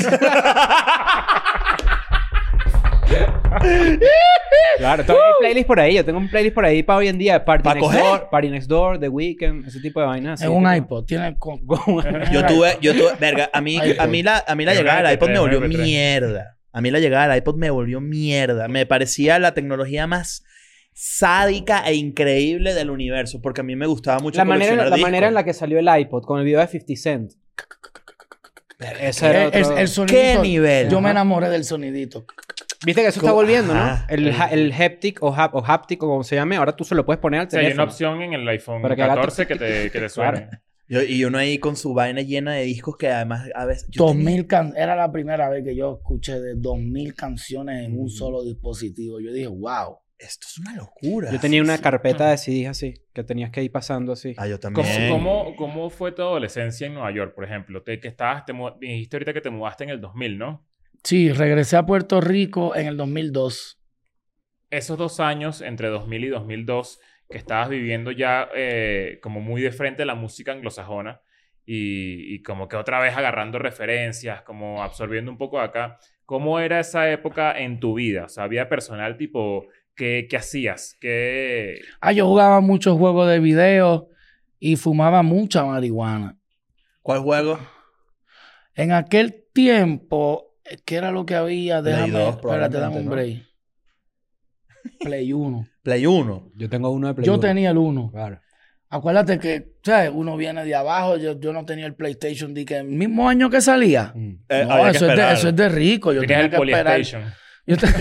Claro, todavía hay playlist por ahí. Yo tengo un playlist por ahí para hoy en día. Party ¿Pa' Next coger? Door, Party Next Door, The Weeknd, ese tipo de vainas. Es así, un tipo- iPod. Tiene Yo tuve, verga, a mí la Es llegada un del iPod me MP3, volvió un MP3. mierda. A mí la llegada del iPod me volvió mierda. Me parecía la tecnología más sádica e increíble del universo. Porque a mí me gustaba mucho la coleccionar manera discos. en la que salió el iPod con el video de 50 Cent. Ese era otro... El sonidito. ¿Qué nivel? Yo me Ajá. enamoré del sonidito. Viste que eso está volviendo, Ajá. ¿no? El haptic o haptic o como se llame, ahora tú se lo puedes poner al O sea, hay una teléfono. opción en el iPhone Para que haga 14 que te suene. Y uno ahí con su vaina llena de discos que además a veces... 2000 Era la primera vez que yo escuché de 2000 canciones en un solo dispositivo. Yo dije, wow. Esto es una locura. Yo tenía una sí. carpeta de CDs así, que tenías que ir pasando así. Ah, yo también. ¿Cómo fue tu adolescencia en Nueva York, por ejemplo? Dijiste ahorita que te mudaste en el 2000, ¿no? Sí, regresé a Puerto Rico en el 2002. Esos 2 años, entre 2000 y 2002, que estabas viviendo ya como muy de frente a la música anglosajona y como que otra vez agarrando referencias, como absorbiendo un poco de acá. ¿Cómo era esa época en tu vida? O sea, ¿había personal tipo... ¿Qué hacías? Yo jugaba muchos juegos de video y fumaba mucha marihuana. ¿Cuál juego? En aquel tiempo, ¿qué era lo que había? Play Déjame, 2 espérate, dame un probablemente, break. Play 1. Play 1. Yo tengo uno de Play Yo 1. tenía el 1. Claro. Acuérdate que, ¿sabes? Uno viene de abajo. Yo no tenía el PlayStation de que el mismo año que salía. Mm. No, Había que eso esperar. es de rico. Yo Tenías tenía el que esperar. Polystation. Yo te-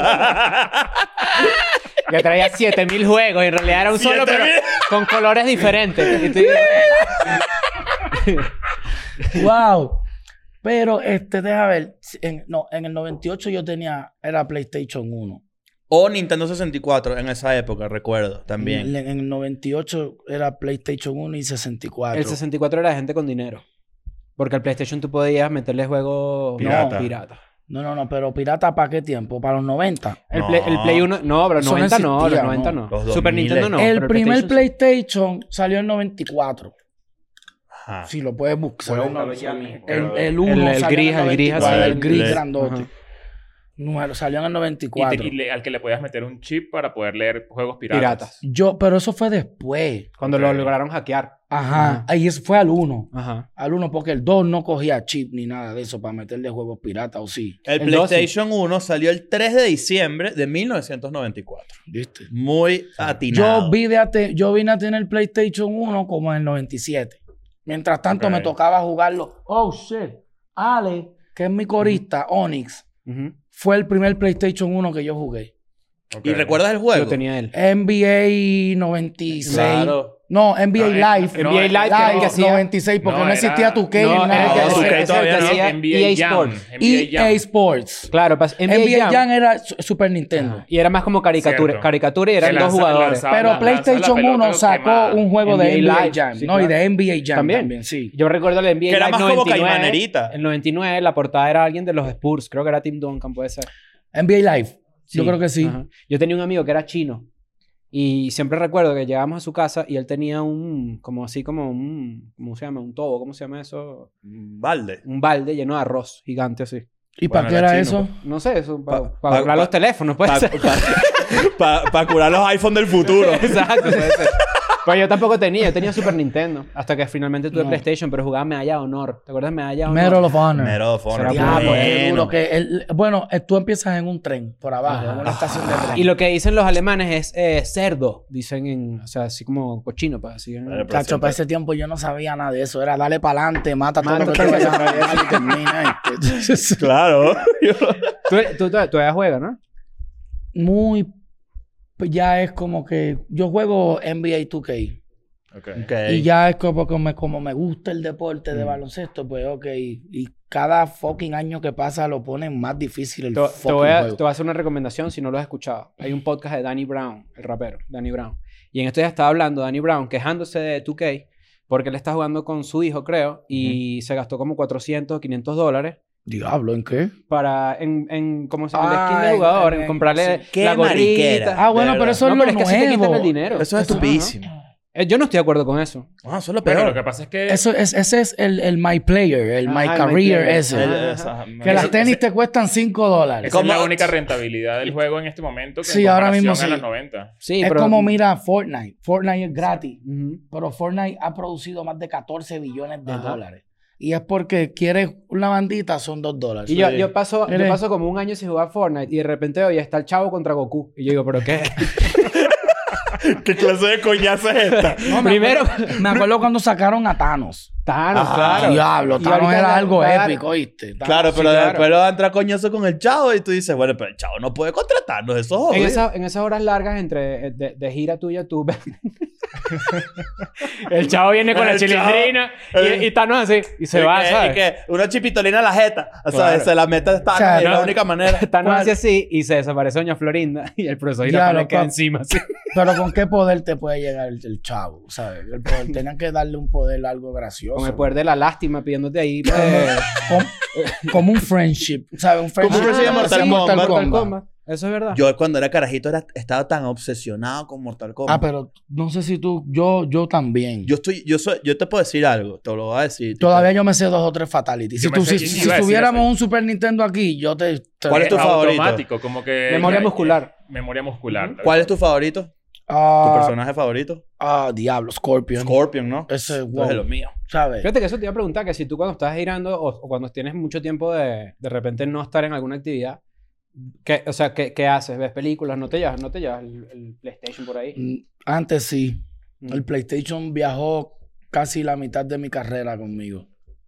Que traía 7000 juegos y en realidad era un solo, pero 7000. con colores diferentes. Y tú- ¡Wow! Pero, deja ver. En el 98 yo era PlayStation 1. O Nintendo 64 en esa época, recuerdo, también. En el 98 era PlayStation 1 y 64. El 64 era de gente con dinero. Porque al PlayStation tú podías meterle juegos pirata. No, pero pirata ¿para qué tiempo? ¿Para los 90? El Play 1... No, pero los Eso no 90 no, los existía, 90 no. no. Los Super 2000. Nintendo no. El pero primer PlayStation PlayStation salió en 94. Ajá. Si lo puedes buscar. Voy a buscarlo ya mismo. El 1 El salió gris, en el gris 94, así. el gris El- grandote. Ajá. Número, salió en el 94. Al que le podías meter un chip para poder leer juegos piratas. Pero eso fue después. Cuando Ok. lo lograron hackear. Ajá. Ahí eso fue al 1. Ajá. Al 1 porque el 2 no cogía chip ni nada de eso para meterle juegos piratas, ¿o sí? El El 12. PlayStation 1 salió el 3 de diciembre de 1994. ¿Viste? Muy atinado. Yo vine a tener PlayStation 1 como en el 97. Mientras tanto Ok. me tocaba jugarlo. Oh, shit. Ale, que es mi corista, Onyx, Ujú. fue el primer PlayStation 1 que yo jugué. Ok. ¿Y recuerdas el juego? Lo tenía él. NBA 96. Claro. No, NBA Live. NBA Live, que era el que hacía- 96, porque no, No, existía era- 2K No, ni era nada. el que No, hacía- 2K ese es el todavía que no. hacía NBA EA Jam. Sports. EA Sports. Claro, NBA Jam. era Super Nintendo. Ajá. Y era más como caricatura. Cierto. Caricatura y eran Que dos jugadores. lanzaba- Pero lanzaba la PlayStation pelota 1 sacó quemada. un juego de NBA NBA Live, Jam. sí, No, y claro. de NBA Jam También. también, sí. Yo recuerdo el NBA Que era Live más como 99. Caimanerita. El 99, la portada era alguien de los Spurs. Creo que era Tim Duncan, puede ser. NBA Live. Yo Sí. creo que sí. Ajá. Yo tenía un amigo que era chino. Y siempre recuerdo que llegábamos a su casa y él tenía ¿cómo se llama? Un tobo, ¿cómo se llama eso? Balde. Un balde lleno de arroz gigante así. ¿Y Bueno, para qué era era chino, eso? No sé, eso, para pa- hablar pa- los teléfonos, puede ser. Para curar los iPhone del futuro. Exacto, puede ser. Pues yo tampoco tenía, yo tenía Super Nintendo. Hasta que finalmente tuve No. PlayStation, pero jugaba Medalla de Honor. ¿Te acuerdas de Medalla de Honor? Medal of Honor. Medal of Honor. Será Diablo, qué Bueno. duro que tú empiezas en un tren por abajo, Ajá. en una estación de tren. Y lo que dicen los alemanes es cerdo, dicen o sea, así como cochino, pues así. Vale, pero Cacho, siempre- para ese tiempo yo no sabía nada de eso. Era darle para adelante, mata todo Mata lo que todo te lo que vayas a atraviesa. matar y termina. Claro. Tú todavía juegas, ¿no? Muy... Ya es como que... Yo juego NBA 2K. Ok. Ok. Y ya es como me gusta el deporte de baloncesto, pues ok. Y cada fucking año que pasa lo ponen más difícil el Te fucking voy juego. a hacer una recomendación si no lo has escuchado. Hay un podcast de Danny Brown, el rapero, Danny Brown. Y en esto ya estaba hablando Danny Brown quejándose de 2K porque él está jugando con su hijo, creo, y se gastó como 400 o 500 dólares Diablo, ¿en qué? para, ¿cómo se llama? El skin Ah, de jugador, en- en comprarle Qué la mariquera. gorrita. Ah, bueno, De pero eso No, es pero lo es que así te quitan nuevo. el dinero. Eso es estupidísimo. Yo no estoy de acuerdo con eso. Ah, eso es lo Pero peor. lo que pasa es que... Ese es el My Player, el My Ajá, el My Career Player. ese. Ajá. Que las tenis te cuestan $5. Esa es ¿Cómo? la única rentabilidad del juego en este momento. Que Sí, en ahora mismo comparación sí. a los 90. Sí, Es pero... como, mira, Fortnite. Fortnite es gratis. Ujú. Pero Fortnite ha producido más de 14 billones de Ajá. dólares. Y es porque quieres una bandita, son $2. Y yo paso Eres- como un año sin jugar Fortnite y de repente hoy está el chavo contra Goku. Y yo digo, ¿pero qué? ¿Qué clase de coñazo es esta? No, Primero... Me acuerdo cuando sacaron a Thanos. Thanos, Ah, claro. Diablo, Y Thanos ahorita era algo va a dar- épico, ¿oíste? Thanos- Claro, pero sí, claro. después lo va a entrar coñazo con el chavo y tú dices, bueno, pero el chavo no puede contratarnos, eso es jodido. En esas horas largas entre de gira tuya, tú ves... el chavo viene con la El chilindrina chavo- y Thanos así. Y se Y va, que- ¿sabes? Y que una chipitolina a la jeta. O sea, Claro. se la mete esta O sea, es la no- única manera. Thanos ¿Cuál? hace así y se desaparece Doña Florinda y el profesor Ya, Girafales lo queda pa- encima así. Pero ¿con qué poder te puede llegar el chavo? ¿Sabes? El poder, tenían que darle un poder algo gracioso. Con el poder de la lástima pidiéndote ahí. Como un friendship, ¿sabes? Un friendship, un friendship de Mortal así, Kombat. Mortal Kombat. Eso es verdad. Yo cuando era carajito estaba tan obsesionado con Mortal Kombat. Ah, pero no sé si tú, yo también. Yo te puedo decir algo, te lo voy a decir. Todavía yo me sé 2 o 3 fatalities. Yo Si, me sé- si iba a decir tuviéramos eso. un Super Nintendo aquí, yo te ¿Cuál es tu favorito? Automático, como que... Memoria muscular. Memoria muscular. ¿Cuál es tu favorito? ¿Tu Ah, personaje favorito? Diablo, Scorpion. Scorpion, ¿no? Ese, Eso wow. es de lo mío. ¿Sabes? Fíjate que eso te iba a preguntar, que si tú cuando estás girando o cuando tienes mucho tiempo de repente no estar en alguna actividad, ¿qué haces? ¿Ves películas? ¿No te llevas el PlayStation por ahí? Antes sí. Mm. El PlayStation viajó casi la mitad de mi carrera conmigo.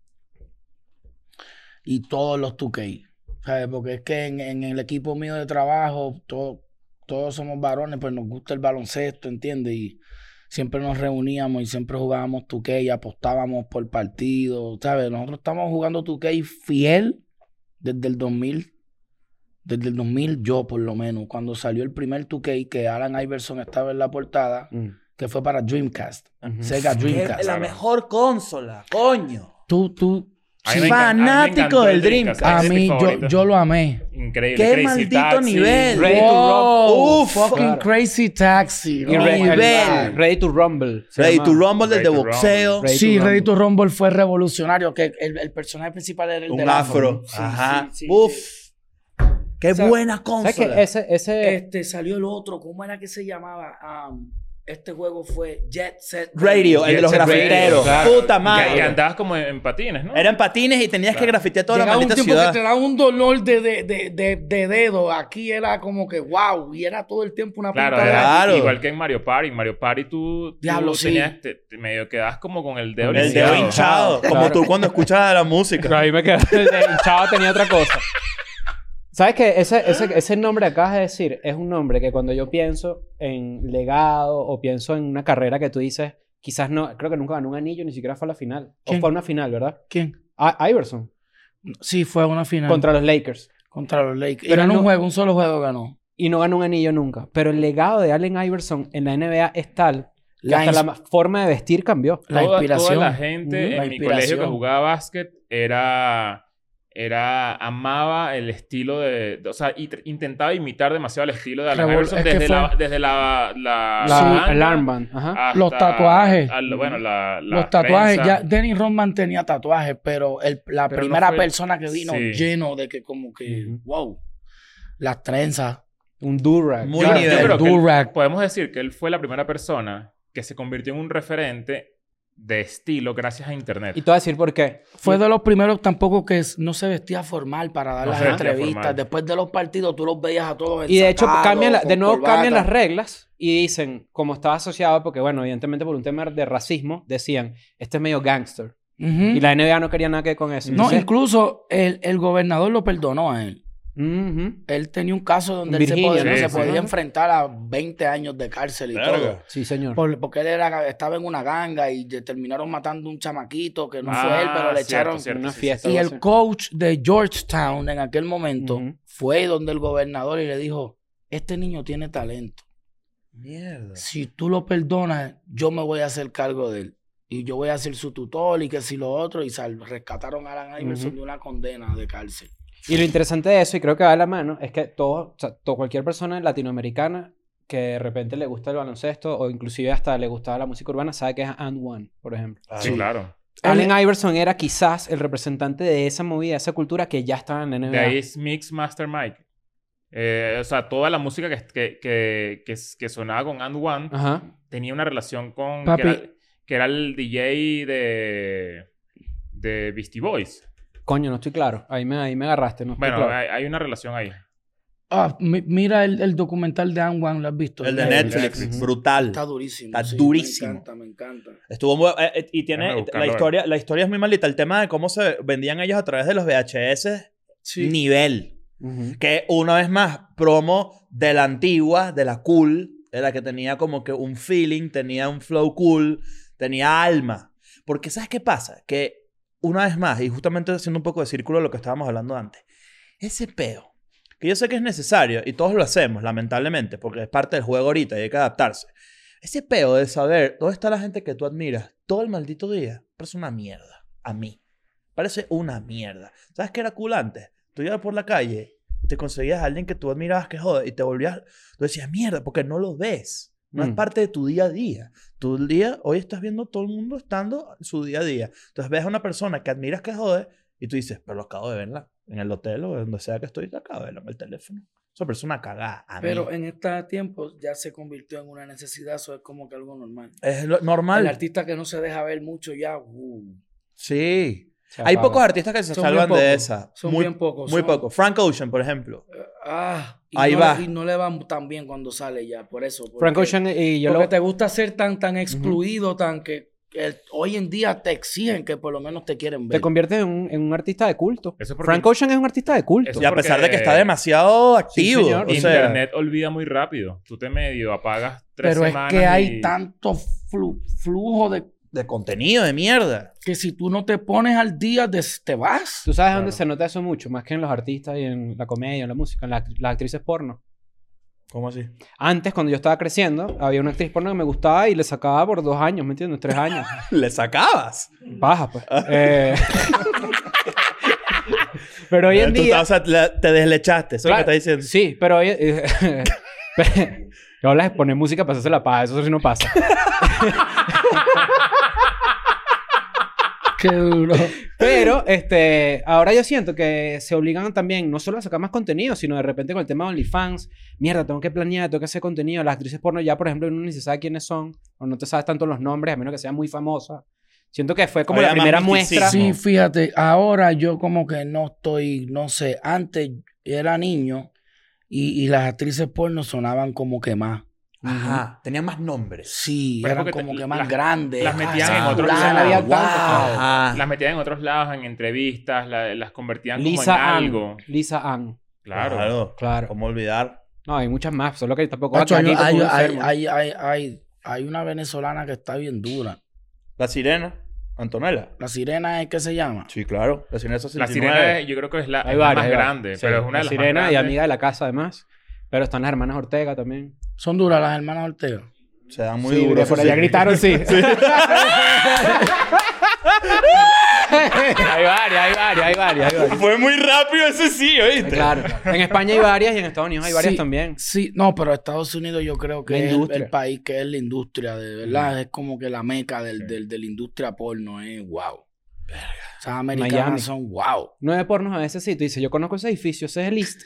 Y todos los 2K. ¿Sabes? Porque es que en el equipo mío de trabajo, todos somos varones, pues nos gusta el baloncesto, ¿entiendes? Y siempre nos reuníamos y siempre jugábamos 2K y apostábamos por partido, ¿sabes? Nosotros estamos jugando 2K fiel desde el 2000. Desde el 2000 yo, por lo menos. Cuando salió el primer 2K, que Allen Iverson estaba en la portada, que fue para Dreamcast. Sega Dreamcast. La mejor consola, coño. Tú A mí me fanático encantó del el Dreamcast. a es mi mí, favorito. yo lo amé. Increíble. ¡Qué Crazy maldito Taxi. nivel! Ready to Wow, Rumble. fucking Claro. Crazy Taxi. Y no, nivel. Ready to Rumble. se Ready llama. to Rumble, del Ready de to boxeo. Rumble. Sí, to Ready to Rumble fue revolucionario. Que el personaje principal era el Un del afro. Sí, Ajá. sí, sí, Uf. sí. ¡Qué O sea, buena ¿Sabes consola! qué? Ese Salió el otro. ¿Cómo era que se llamaba? Este juego fue Jet Set Radio, el de los Jet Set Radio, grafiteros. claro. ¡Puta Que madre! andabas como en patines, ¿no? Eran patines y tenías que grafitear toda la Llegaba un maldita tiempo ciudad. que te daba un dolor de dedo. Aquí era como que wow. Y era todo el tiempo una Claro, punta de... Claro. igual que en Mario Party. En Mario Party tú Diablo, sí. tenías, te medio quedabas como con el dedo El dedo lisiado. hinchado. Como Claro. tú cuando escuchas la música. Pero ahí me quedé. El chavo tenía otra cosa. ¿Sabes qué? Ese nombre que acabas de decir es un nombre que cuando yo pienso en legado o pienso en una carrera que tú dices, quizás no, creo que nunca ganó un anillo, ni siquiera fue a la final. ¿Quién? O fue a una final, ¿verdad? ¿Quién? Iverson. Sí, fue a una final. Contra los Lakers. Contra los Lakers. Pero Pero no- un juego, un solo juego ganó. Y no ganó un anillo nunca. Pero el legado de Allen Iverson en la NBA es tal que La hasta ins- la forma de vestir cambió. La Toda inspiración. la gente La en mi inspiración. colegio que jugaba básquet amaba el estilo o sea, intentaba imitar demasiado el estilo de Allen Revol- Iverson es que desde fue- la El manga armband. Ajá. hasta Los tatuajes. bueno, la Los tatuajes. trenza. Ya Dennis Rodman tenía tatuajes, pero la Pero no primera fue- persona que vino Sí. lleno de que como que... Ujú. Wow. Las trenzas. Un durag. Muy Yo nivel. creo que él- Durag. podemos decir que él fue la primera persona que se convirtió en un referente de estilo gracias a internet. Y te voy a decir por qué. Fue de los primeros tampoco que no se vestía formal para dar No las se vestía entrevistas. formal. Después de los partidos tú los veías a todos Y de hecho ensatados, cambian de con nuevo corbata. cambian las reglas y dicen, como estaba asociado, porque bueno, evidentemente por un tema de racismo, decían, este es medio gangster. Ujú. Y la NBA no quería nada que ver con eso. No, Entonces, incluso el gobernador lo perdonó a él. ujú. Él tenía un caso donde Virginia, él se podía, ¿no? se Sí, podía sí. enfrentar a 20 años de cárcel y Verga. todo. Sí, señor. Porque él estaba en una ganga y terminaron matando un chamaquito que no Ah, fue él, pero le cierto, echaron... cierto, una sí, fiesta. Y algo el así. coach de Georgetown en aquel momento Ujú. fue donde el gobernador y le dijo, este niño tiene talento. Mierda. Si tú lo perdonas, yo me voy a hacer cargo de él. Y yo voy a ser su tutor y que si lo otro. Y rescataron a Allen Iverson Ujú. de una condena de cárcel. Y lo interesante de eso, y creo que va de la mano, es que cualquier persona latinoamericana que de repente le gusta el baloncesto o inclusive hasta le gustaba la música urbana sabe que es And One, por ejemplo. Sí, claro. Allen Iverson era quizás el representante de esa movida, de esa cultura que ya estaba en la NBA. De ahí es Mix Master Mike. O sea, toda la música que sonaba con And One Ajá. tenía una relación con... Papi. Que era el DJ de Beastie Boys. Coño, no estoy claro. Ahí me agarraste, no estoy Bueno, claro. hay una relación ahí. Mira el documental de Anne One, ¿lo has visto? El de Netflix. Netflix. Ujú. Brutal. Está durísimo. Está sí, durísimo. Me encanta. Estuvo muy... y Déjame tiene... buscarlo, La historia es muy malita. El tema de cómo se vendían ellos a través de los VHS. Sí. Nivel. Ujú. Que una vez más, promo de la antigua, de la cool, de la que tenía como que un feeling, tenía un flow cool, tenía alma. Porque ¿sabes qué pasa? Que una vez más, y justamente haciendo un poco de círculo de lo que estábamos hablando antes, ese peo, que yo sé que es necesario y todos lo hacemos, lamentablemente, porque es parte del juego ahorita y hay que adaptarse. Ese peo de saber dónde está la gente que tú admiras todo el maldito día, parece una mierda. A mí. Parece una mierda. ¿Sabes qué era cool antes? Tú ibas por la calle y te conseguías a alguien que tú admirabas que jode y te volvías... Tú decías, mierda, porque no lo ves. No es parte de tu día a día. Tu día, hoy estás viendo todo el mundo estando en su día a día. Entonces ves a una persona que admiras que jode y tú dices, pero lo acabo de verla en el hotel o donde sea que estoy, acabo de verla en el teléfono. Esa persona cagada. A Pero mí. en estos tiempos ya se convirtió en una necesidad. Eso es como que algo normal. Es normal. El artista que no se deja ver mucho ya... Sí. Se Hay apaga. pocos artistas que se Son salvan bien de pocos. esa. Son muy, bien pocos. Muy son- poco. Frank Ocean, por ejemplo. Y Ahí no va. Y no le va tan bien cuando sale ya, por eso. Frank porque- Ocean y yo Porque lo... te gusta ser tan excluido, tan que hoy en día te exigen que por lo menos te quieren ver. Te conviertes en un artista de culto. Eso es porque- Frank Ocean es un artista de culto. Eso Y a pesar porque- de que está demasiado activo. señor. o sea, Internet olvida muy rápido. Tú te medio apagas 3 Pero es semanas que hay y- tanto flujo de contenido de mierda. que si tú no te pones al día, te vas. ¿Tú sabes dónde se nota eso mucho? Más que en los artistas y en la comedia, en la música, en las actrices porno. ¿Cómo así? Antes, cuando yo estaba creciendo, había una actriz porno que me gustaba y le sacaba por 2 años, ¿me entiendes? 3 años. ¿Le sacabas? Baja, pues. Pero hoy en Tú, día... o sea, te deslechaste. Eso es lo que Claro, estás diciendo. Sí, pero hoy... Yo hablas de poner música para hacerse la paz. Eso sí no pasa. Qué duro. Pero, ahora yo siento que se obligan también no solo a sacar más contenido, sino de repente con el tema de OnlyFans. Mierda, tengo que planear, tengo que hacer contenido. Las actrices porno ya, por ejemplo, uno ni se sabe quiénes son. O no te sabes tanto los nombres, a menos que sean muy famosas. Siento que fue como Había la más primera misticismo. muestra. Sí, fíjate, ahora yo como que no estoy, no sé, antes era niño y las actrices porno sonaban como que más. Ajá. Tenían más nombres. Sí, Pero es eran porque como te- que más las- grandes. las metían Ah, en otros fulana, lados. Había wow. tanto. Ajá. Las metían en otros lados, en entrevistas, las convertían como Lisa en Ann. algo. Lisa Ann. Claro. Claro. ¿Cómo olvidar? No, hay muchas más. Solo que tampoco... Macho, aquí como un enfermo. hay una venezolana que está bien dura. La sirena. Antonella. La sirena es que se llama. Sí, claro. La sirena es La 69. sirena yo creo que es la, Hay es la varias, más hay varias. grande, Sí, pero es una la de las sirena más y grandes. amiga de la casa, además. Pero están las hermanas Ortega también. Son duras las hermanas Ortega. Se dan muy Sí, duros. por eso allá sí. gritaron, sí. hay varias. Fue muy rápido ese sí, ¿oíste? Claro. En España hay varias y en Estados Unidos hay varias Sí, también. Sí, no, pero Estados Unidos yo creo que La es industria. el país que es la industria, de verdad. Es como que la meca de la industria porno es wow. Esas americanas Miami. son wow. 9 pornos a veces sí. Tú dices, yo conozco ese edificio, ese es el East.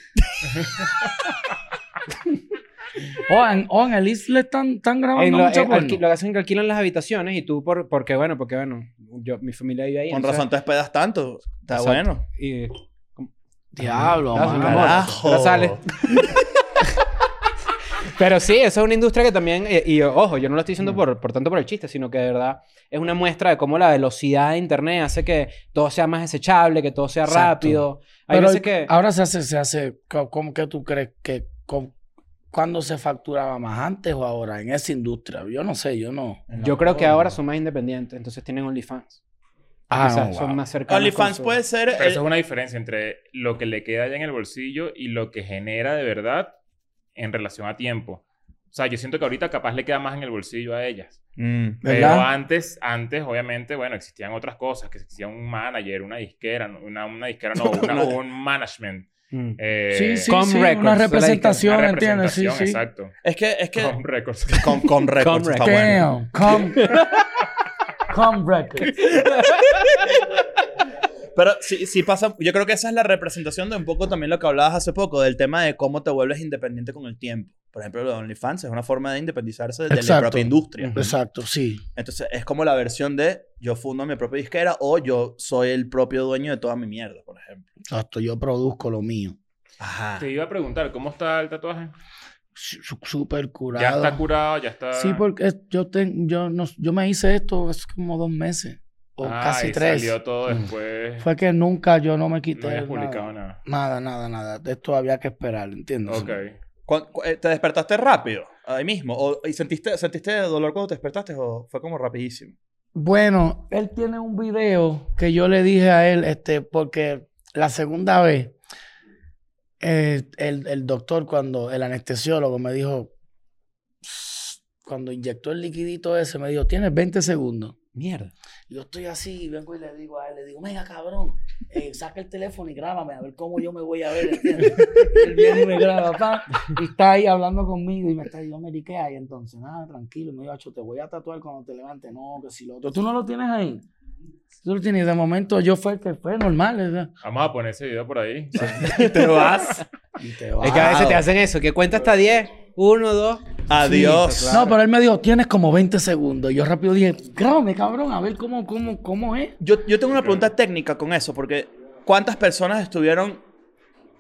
O en el East le están grabando mucha porno. Lo que hacen es que alquilan las habitaciones y tú porque bueno, mi familia vive ahí. Con entonces- razón te hospedas tanto. Está Exacto. bueno. Y, Diablo, Ah, sí, mano. mi amor. Carajo. Ahora sale. Pero sí, esa es una industria que también, y ojo, yo no lo estoy diciendo por tanto por el chiste, sino que de verdad es una muestra de cómo la velocidad de internet hace que todo sea más desechable, que todo sea Exacto. rápido. Hay Pero veces que... ahora se hace, ¿cómo que tú crees que, cuándo se facturaba más, antes o ahora, en esa industria? Yo no sé, yo no. Yo creo que ahora son más independientes, entonces tienen OnlyFans. Ah, Quizás no, son wow. más cercanos. OnlyFans con su- puede ser... Pero eso es una diferencia entre lo que le queda ya en el bolsillo y lo que genera de verdad en relación a tiempo. O sea, yo siento que ahorita capaz le queda más en el bolsillo a ellas. Mm. Pero ¿Verdad? antes, obviamente, bueno, existían otras cosas. Que existía un manager, una disquera, una disquera no, un management. Mm. Sí, sí, Com sí, Records, una de la representación, Una ¿entiendes? Sí, representación, sí. exacto. Es que... Com Records. Con Records Com está bueno. Damn, come record. Pero sí pasa... Yo creo que esa es la representación de un poco también lo que hablabas hace poco, del tema de cómo te vuelves independiente con el tiempo. Por ejemplo, lo de OnlyFans es una forma de independizarse de la Exacto. propia industria. Exacto, sí. Entonces, es como la versión de yo fundo mi propia disquera o yo soy el propio dueño de toda mi mierda, por ejemplo. Exacto, yo produzco lo mío. Ajá. Te iba a preguntar, ¿cómo está el tatuaje? Súper curado. Ya está curado, ya está... Sí, porque yo me hice esto hace como 2 meses. O casi y 3. salió todo después. Fue que nunca yo no me No quité habías publicado nada. nada. De esto había que esperar, ¿entiendes? Ok. ¿Te despertaste rápido? Ahí mismo. ¿Y sentiste dolor cuando te despertaste o fue como rapidísimo? Bueno, él tiene un video que yo le dije a él, porque la segunda vez, el doctor, el anestesiólogo me dijo, cuando inyectó el liquidito ese, me dijo, tienes 20 segundos. Mierda. Yo estoy así, vengo y le digo a él, venga, cabrón, saca el teléfono y grábame a ver cómo yo me voy a ver, ¿entiendes? Él viene y me graba, pa, y está ahí hablando conmigo y me está diciendo, Mary, ¿qué hay? Entonces, nada, tranquilo, me dijo, te voy a tatuar cuando te levantes, no, que si lo otro. ¿Tú no lo tienes ahí? Tú lo tienes, de momento yo fue normal, ¿verdad? Vamos a poner ese video por ahí. Y te vas. Y te Es que a veces te hacen eso, que cuenta hasta 10. 1, 2. Adiós. Sí, No, pero él me dijo, tienes como 20 segundos. Y yo rápido dije, grábame, cabrón, a ver cómo es. Yo tengo una pregunta técnica con eso, porque ¿cuántas personas estuvieron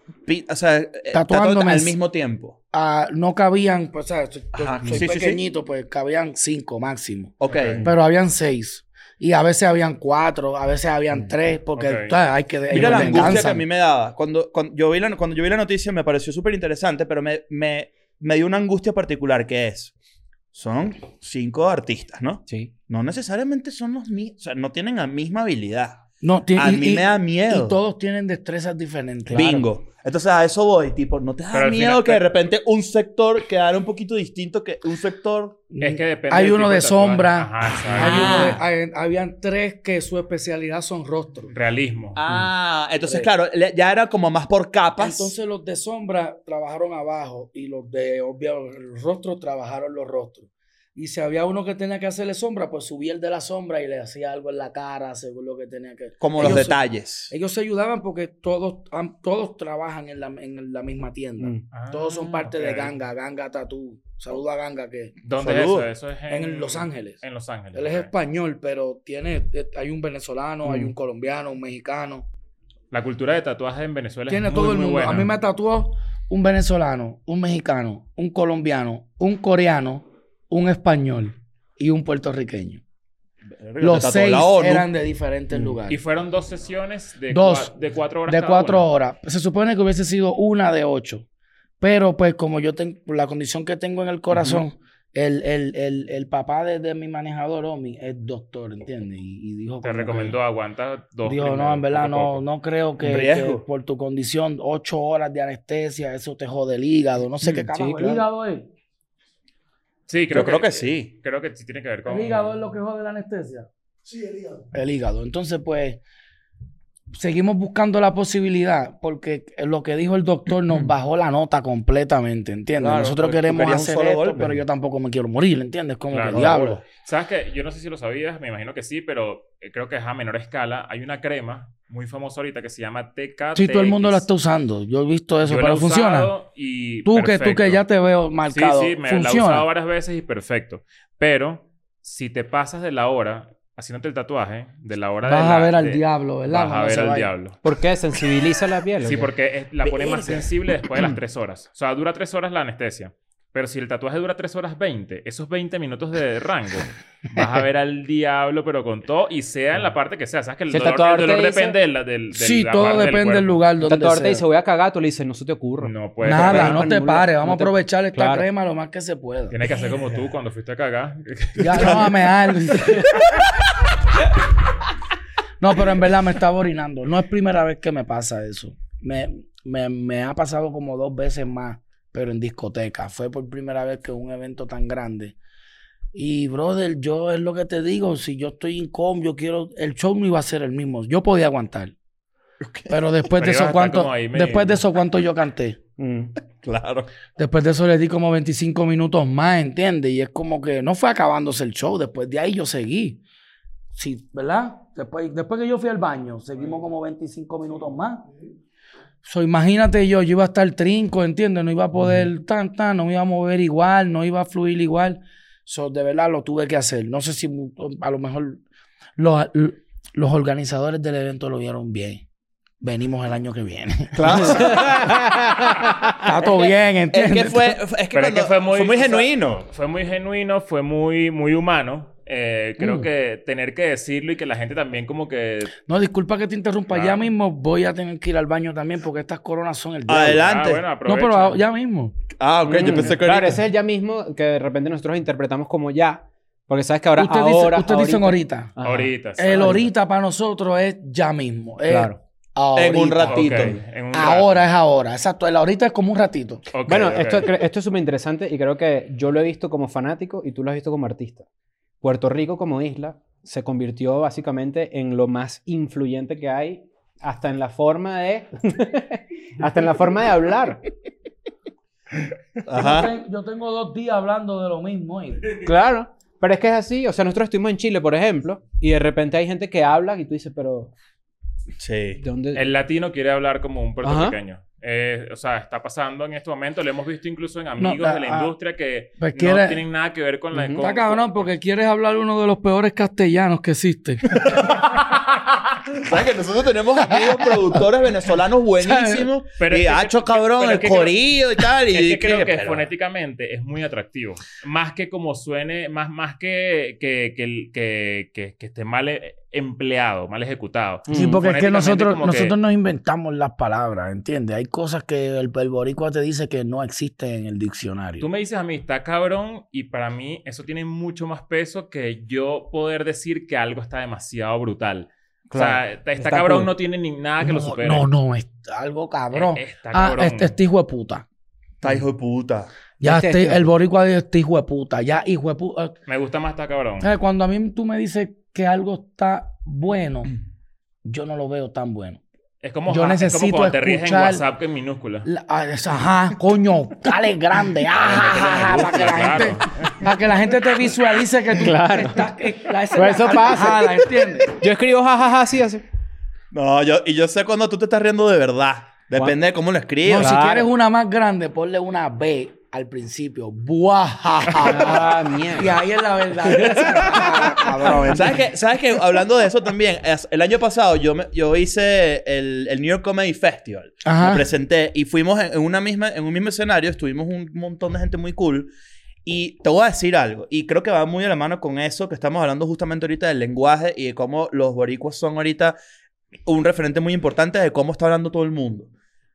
O sea, Tatuándome al mismo tiempo. No cabían, pues, ¿sabes? Ajá. Soy Sí, sí, sí. pequeñito, pues cabían 5 máximo. Ok. Pero habían 6. Y a veces habían 4, a veces habían 3, porque Ok. ¿sabes? Hay que... Mira ellos la angustia descansan. que a mí me daba. Cuando yo vi la noticia me pareció súper interesante, pero me dio una angustia particular que es... Son 5 artistas, ¿no? Sí. No necesariamente son los mismos. O sea, no tienen la misma habilidad. No, A mí me da miedo. Y todos tienen destrezas diferentes. Bingo. Entonces a eso voy. Tipo, ¿no te da Pero al miedo final- que de repente un sector quedara un poquito distinto que un sector... Es que depende Hay del uno tipo de tatuaje. sombra. Ajá, exacto. Habían 3 que su especialidad son rostros. Realismo. Entonces Sí. claro, ya era como más por capas. Entonces los de sombra trabajaron abajo y los de rostros trabajaron los rostros. Y si había uno que tenía que hacerle sombra, pues subía el de la sombra y le hacía algo en la cara según lo que tenía que... Como los Ellos- detalles. Ellos se ayudaban porque todos trabajan en la misma tienda. Todos son parte de ok. Ganga Tattoo. Saludo a Ganga que ¿Dónde Salud. es eso? Eso es en Los Ángeles. En Los Ángeles. Él es ok. español, pero hay un venezolano, hay un colombiano, un mexicano. La cultura de tatuajes en Venezuela Tiene es muy, todo el muy mundo. buena. A mí me tatuó un venezolano, un mexicano, un colombiano, un coreano, un español y un puertorriqueño. Los Te tatuó 6 la ONU. eran de diferentes lugares. Y fueron 2 sesiones de, Dos. de 4 horas De cada 4 una. horas. Se supone que hubiese sido una de 8. Pero pues como yo tengo la condición que tengo en el corazón, el papá de mi manejador, Omi, es doctor, ¿entiendes? Y dijo Te como recomendó aguanta 2 que, dijo, primero, no, en verdad poco a poco. no creo Un que riesgo. por tu condición 8 horas de anestesia, eso te jode el hígado. No sé qué carajo. claro. El hígado es. Sí, Yo creo que sí. Creo que sí tiene que ver con... ¿El hígado es lo que jode la anestesia? Sí, el hígado. El hígado. Entonces, pues, seguimos buscando la posibilidad porque lo que dijo el doctor nos bajó la nota completamente, ¿entiendes? Claro, Nosotros porque tú queremos querías un hacer solo esto, golpe. pero yo tampoco me quiero morir, ¿entiendes? Como Claro, que diablo. ¿Sabes qué? Yo no sé si lo sabías, me imagino que sí, pero creo que es a menor escala. Hay una crema muy famosa ahorita que se llama TKTX. Sí, todo el mundo la está usando. Yo he visto eso, Yo la pero he funciona. usado y Tú que perfecto. ya te veo marcado. Sí, la he funciona. usado varias veces y perfecto. Pero si te pasas de la hora haciéndote el tatuaje, de la hora Vas de a ver al de- diablo, ¿verdad? Vas a Cuando ver se al vaya. diablo. ¿Por qué? ¿Sensibiliza la piel? ¿o Sí, qué? porque la pone más Verga. sensible después de las 3 horas. O sea, dura 3 horas la anestesia. Pero si el tatuaje dura 3 horas 20, esos 20 minutos de rango, vas a ver al diablo, pero con todo, y sea en la parte que sea. ¿Sabes que el Si el dolor, tatuador el dolor te dice- depende del Sí, la todo parte del depende del cuerpo? lugar El donde tatuador te sea. dice, voy a cagar, tú le dices, no se te ocurra. No puede Nada, cagar. no te ninguna- pares. Vamos no a te- aprovechar esta Claro. crema lo más que se pueda. Tienes que hacer como tú cuando fuiste a cagar. Ya no a mear. No, pero en verdad me estaba orinando. No es primera vez que me pasa eso. Me ha pasado como 2 veces más, pero en discoteca. Fue por primera vez que un evento tan grande. Y, brother, yo es lo que te digo. Si yo estoy incómodo, yo quiero... El show no iba a ser el mismo. Yo podía aguantar. Pero después Pero de eso, ibas a estar como ahí medio- después de eso, ¿cuánto yo canté? Claro. Después de eso le di como 25 minutos más, ¿entiendes? Y es como que no fue acabándose el show. Después de ahí yo seguí. Sí, ¿verdad? Después que yo fui al baño, seguimos como 25 minutos más. So, imagínate yo iba a estar trinco, ¿entiendes? No iba a poder no me iba a mover igual, no iba a fluir igual. So, de verdad lo tuve que hacer. No sé si a lo mejor los organizadores del evento lo vieron bien. Venimos el año que viene. Claro. Está todo bien, ¿entiendes? Pero es que fue muy, fue muy o sea, genuino. Fue muy genuino, fue muy, muy humano. Creo que tener que decirlo y que la gente también como que... No, disculpa que te interrumpa. Claro. Ya mismo voy a tener que ir al baño también porque estas coronas son el diablo. Adelante. bueno, No, aprovecha. pero ya mismo. Ok, yo pensé que Claro, ahorita- ese es el ya mismo que de repente nosotros interpretamos como ya. Porque sabes que ahora Ustedes dicen ahorita. Ajá. Ahorita. sí. El ahorita para nosotros es ya mismo. Es Claro. ahorita. En un ratito. Ok, en un Ahora es ahora. Exacto. El ahorita es como un ratito. rato. Ok, Bueno, ok. esto es súper interesante y creo que yo lo he visto como fanático y tú lo has visto como artista. Puerto Rico como isla se convirtió básicamente en lo más influyente que hay hasta en la forma de... hasta en la forma de hablar. Ajá. Yo tengo 2 días hablando de lo mismo. Claro. Pero es que es así. O sea, nosotros estuvimos en Chile, por ejemplo, y de repente hay gente que habla y tú dices, pero... Sí. ¿De dónde...? El latino quiere hablar como un puertorriqueño. O sea, está pasando en este momento. Lo hemos visto incluso en amigos de la industria que pues no quiere- tienen nada que ver con la... Ujú. con- Está cabrón porque quieres hablar uno de los peores castellanos que existe. ¿Sabes que nosotros tenemos amigos productores venezolanos buenísimos? Pero Y es que- hacho cabrón, pero el es que corillo y tal. Y Es que creo que pero- fonéticamente es muy atractivo. Más que como suene, más que esté mal empleado, mal ejecutado. Sí, porque es que Fonéticamente como nosotros nos inventamos las palabras, ¿entiendes? Hay cosas que el boricua te dice que no existen en el diccionario. Tú me dices a mí, está cabrón, y para mí eso tiene mucho más peso que yo poder decir que algo está demasiado brutal. Claro. O sea, está Está cabrón, cool. no tiene ni nada que lo supere. No, es algo cabrón. Está cabrón. Este hijo de puta. Está hijo de puta. Ya Este el boricua de este hijo de puta. Ya, hijo de puta. Me gusta más está cabrón. Cuando a mí tú me dices que algo está bueno, yo no lo veo tan bueno. Es como, Yo es como necesito cuando te ríes en escuchar- WhatsApp en minúscula. Ajá, coño, dale grande. Ajá, para que la gente te visualice que tú Claro. estás... Pero eso pasa. ¿La entiendes? Yo escribo jajaja así así. No, yo sé cuando tú te estás riendo de verdad. Depende de cómo lo escribas. No, si Claro. quieres una más grande, ponle una B al principio. Buajaja. Ah, mierda. Y ahí es la verdad. Cabrón. ¿Sabes qué? Hablando de eso también, el año pasado yo hice el New York Comedy Festival. Ajá. Me presenté y fuimos en un mismo escenario. Estuvimos un montón de gente muy cool. Y te voy a decir algo. Y creo que va muy de la mano con eso que estamos hablando justamente ahorita del lenguaje y de cómo los boricuas son ahorita un referente muy importante de cómo está hablando todo el mundo.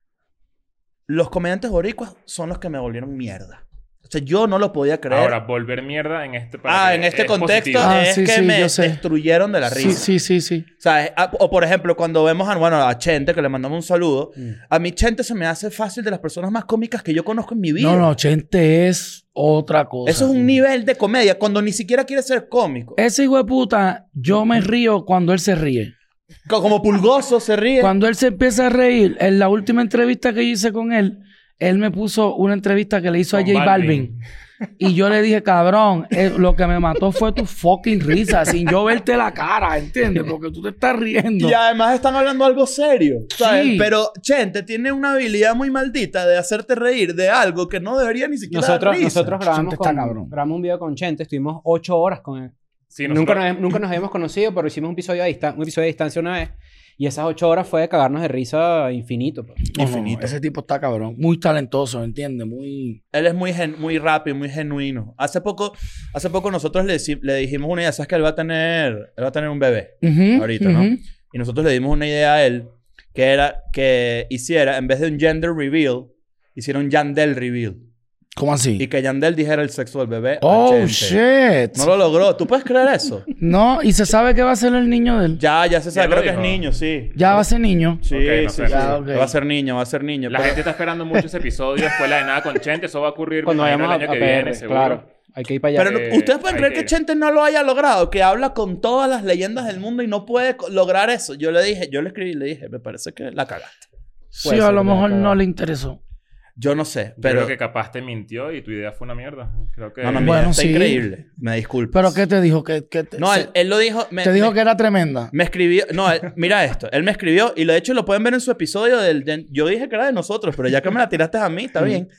Los comediantes boricuas son los que me volvieron mierda. O sea, yo no lo podía creer. Ahora, volver mierda en este para en que este es contexto positivo. Ah, es sí, que sí, me yo sé. destruyeron de la risa. Sí. O sea, o por ejemplo, cuando vemos a Chente, que le mandamos un saludo, a mí Chente se me hace fácil de las personas más cómicas que yo conozco en mi vida. No, Chente es otra cosa. Eso es un nivel de comedia cuando ni siquiera quiere ser cómico. Ese hijo de puta, yo me río cuando él se ríe. Como Pulgoso se ríe. Cuando él se empieza a reír, en la última entrevista que yo hice con él me puso una entrevista que le hizo a Con J Balvin. Y yo le dije, cabrón, lo que me mató fue tu fucking risa, sin yo verte la cara, ¿entiendes? Porque tú te estás riendo. Y además están hablando algo serio, ¿sabes? Sí. Pero Chente tiene una habilidad muy maldita de hacerte reír de algo que no debería ni siquiera dar risa. Nosotros Chente está cabrón. grabamos un video con Chente. Estuvimos 8 horas con él. Sí, Nunca nosotros- nos habíamos conocido, pero hicimos un episodio de distancia una vez. Y esas 8 horas fue de cagarnos de risa infinito. Pues. No, Infinito. ese tipo está cabrón. Muy talentoso, ¿entiendes? Muy... Él es muy rápido, muy genuino. Hace poco nosotros le dijimos una idea. ¿Sabes que él va a tener un bebé ahorita, ¿no? Y nosotros le dimos una idea a él que era que hiciera, en vez de un gender reveal, hiciera un Yandel reveal. ¿Cómo así? Y que Yandel dijera el sexo del bebé a Oh, Chente. shit. No lo logró. ¿Tú puedes creer eso? No, y se sabe que va a ser el niño de él. Ya se sabe. Ya lo Creo que es dijo. niño, sí. Ya va a ser niño. Sí, Ok, no sí, sé. sí. Ya, ok. Va a ser niño. La Pero- gente está esperando mucho ese episodio, Escuela de Nada con Chente. Eso va a ocurrir Cuando me imagino, vayamos el a año que PR, viene, seguro. claro. Hay que ir para allá. Pero ¿ustedes pueden hay creer que que ir. Chente no lo haya logrado? Que habla con todas las leyendas del mundo y no puede lograr eso. Yo le escribí y le dije, me parece que la cagaste. Sí, Puede a ser lo que la mejor cagó. no le interesó. Yo no sé, Yo pero... creo que capaz te mintió y tu idea fue una mierda. Creo que... No, mi Bueno, idea está sí. increíble. Me disculpo. ¿Pero qué te dijo? No, él lo dijo... te dijo que era tremenda. Me escribió... No, mira esto. Él me escribió y de hecho lo pueden ver en su episodio yo dije que era de nosotros, pero ya que me la tiraste a mí, está bien.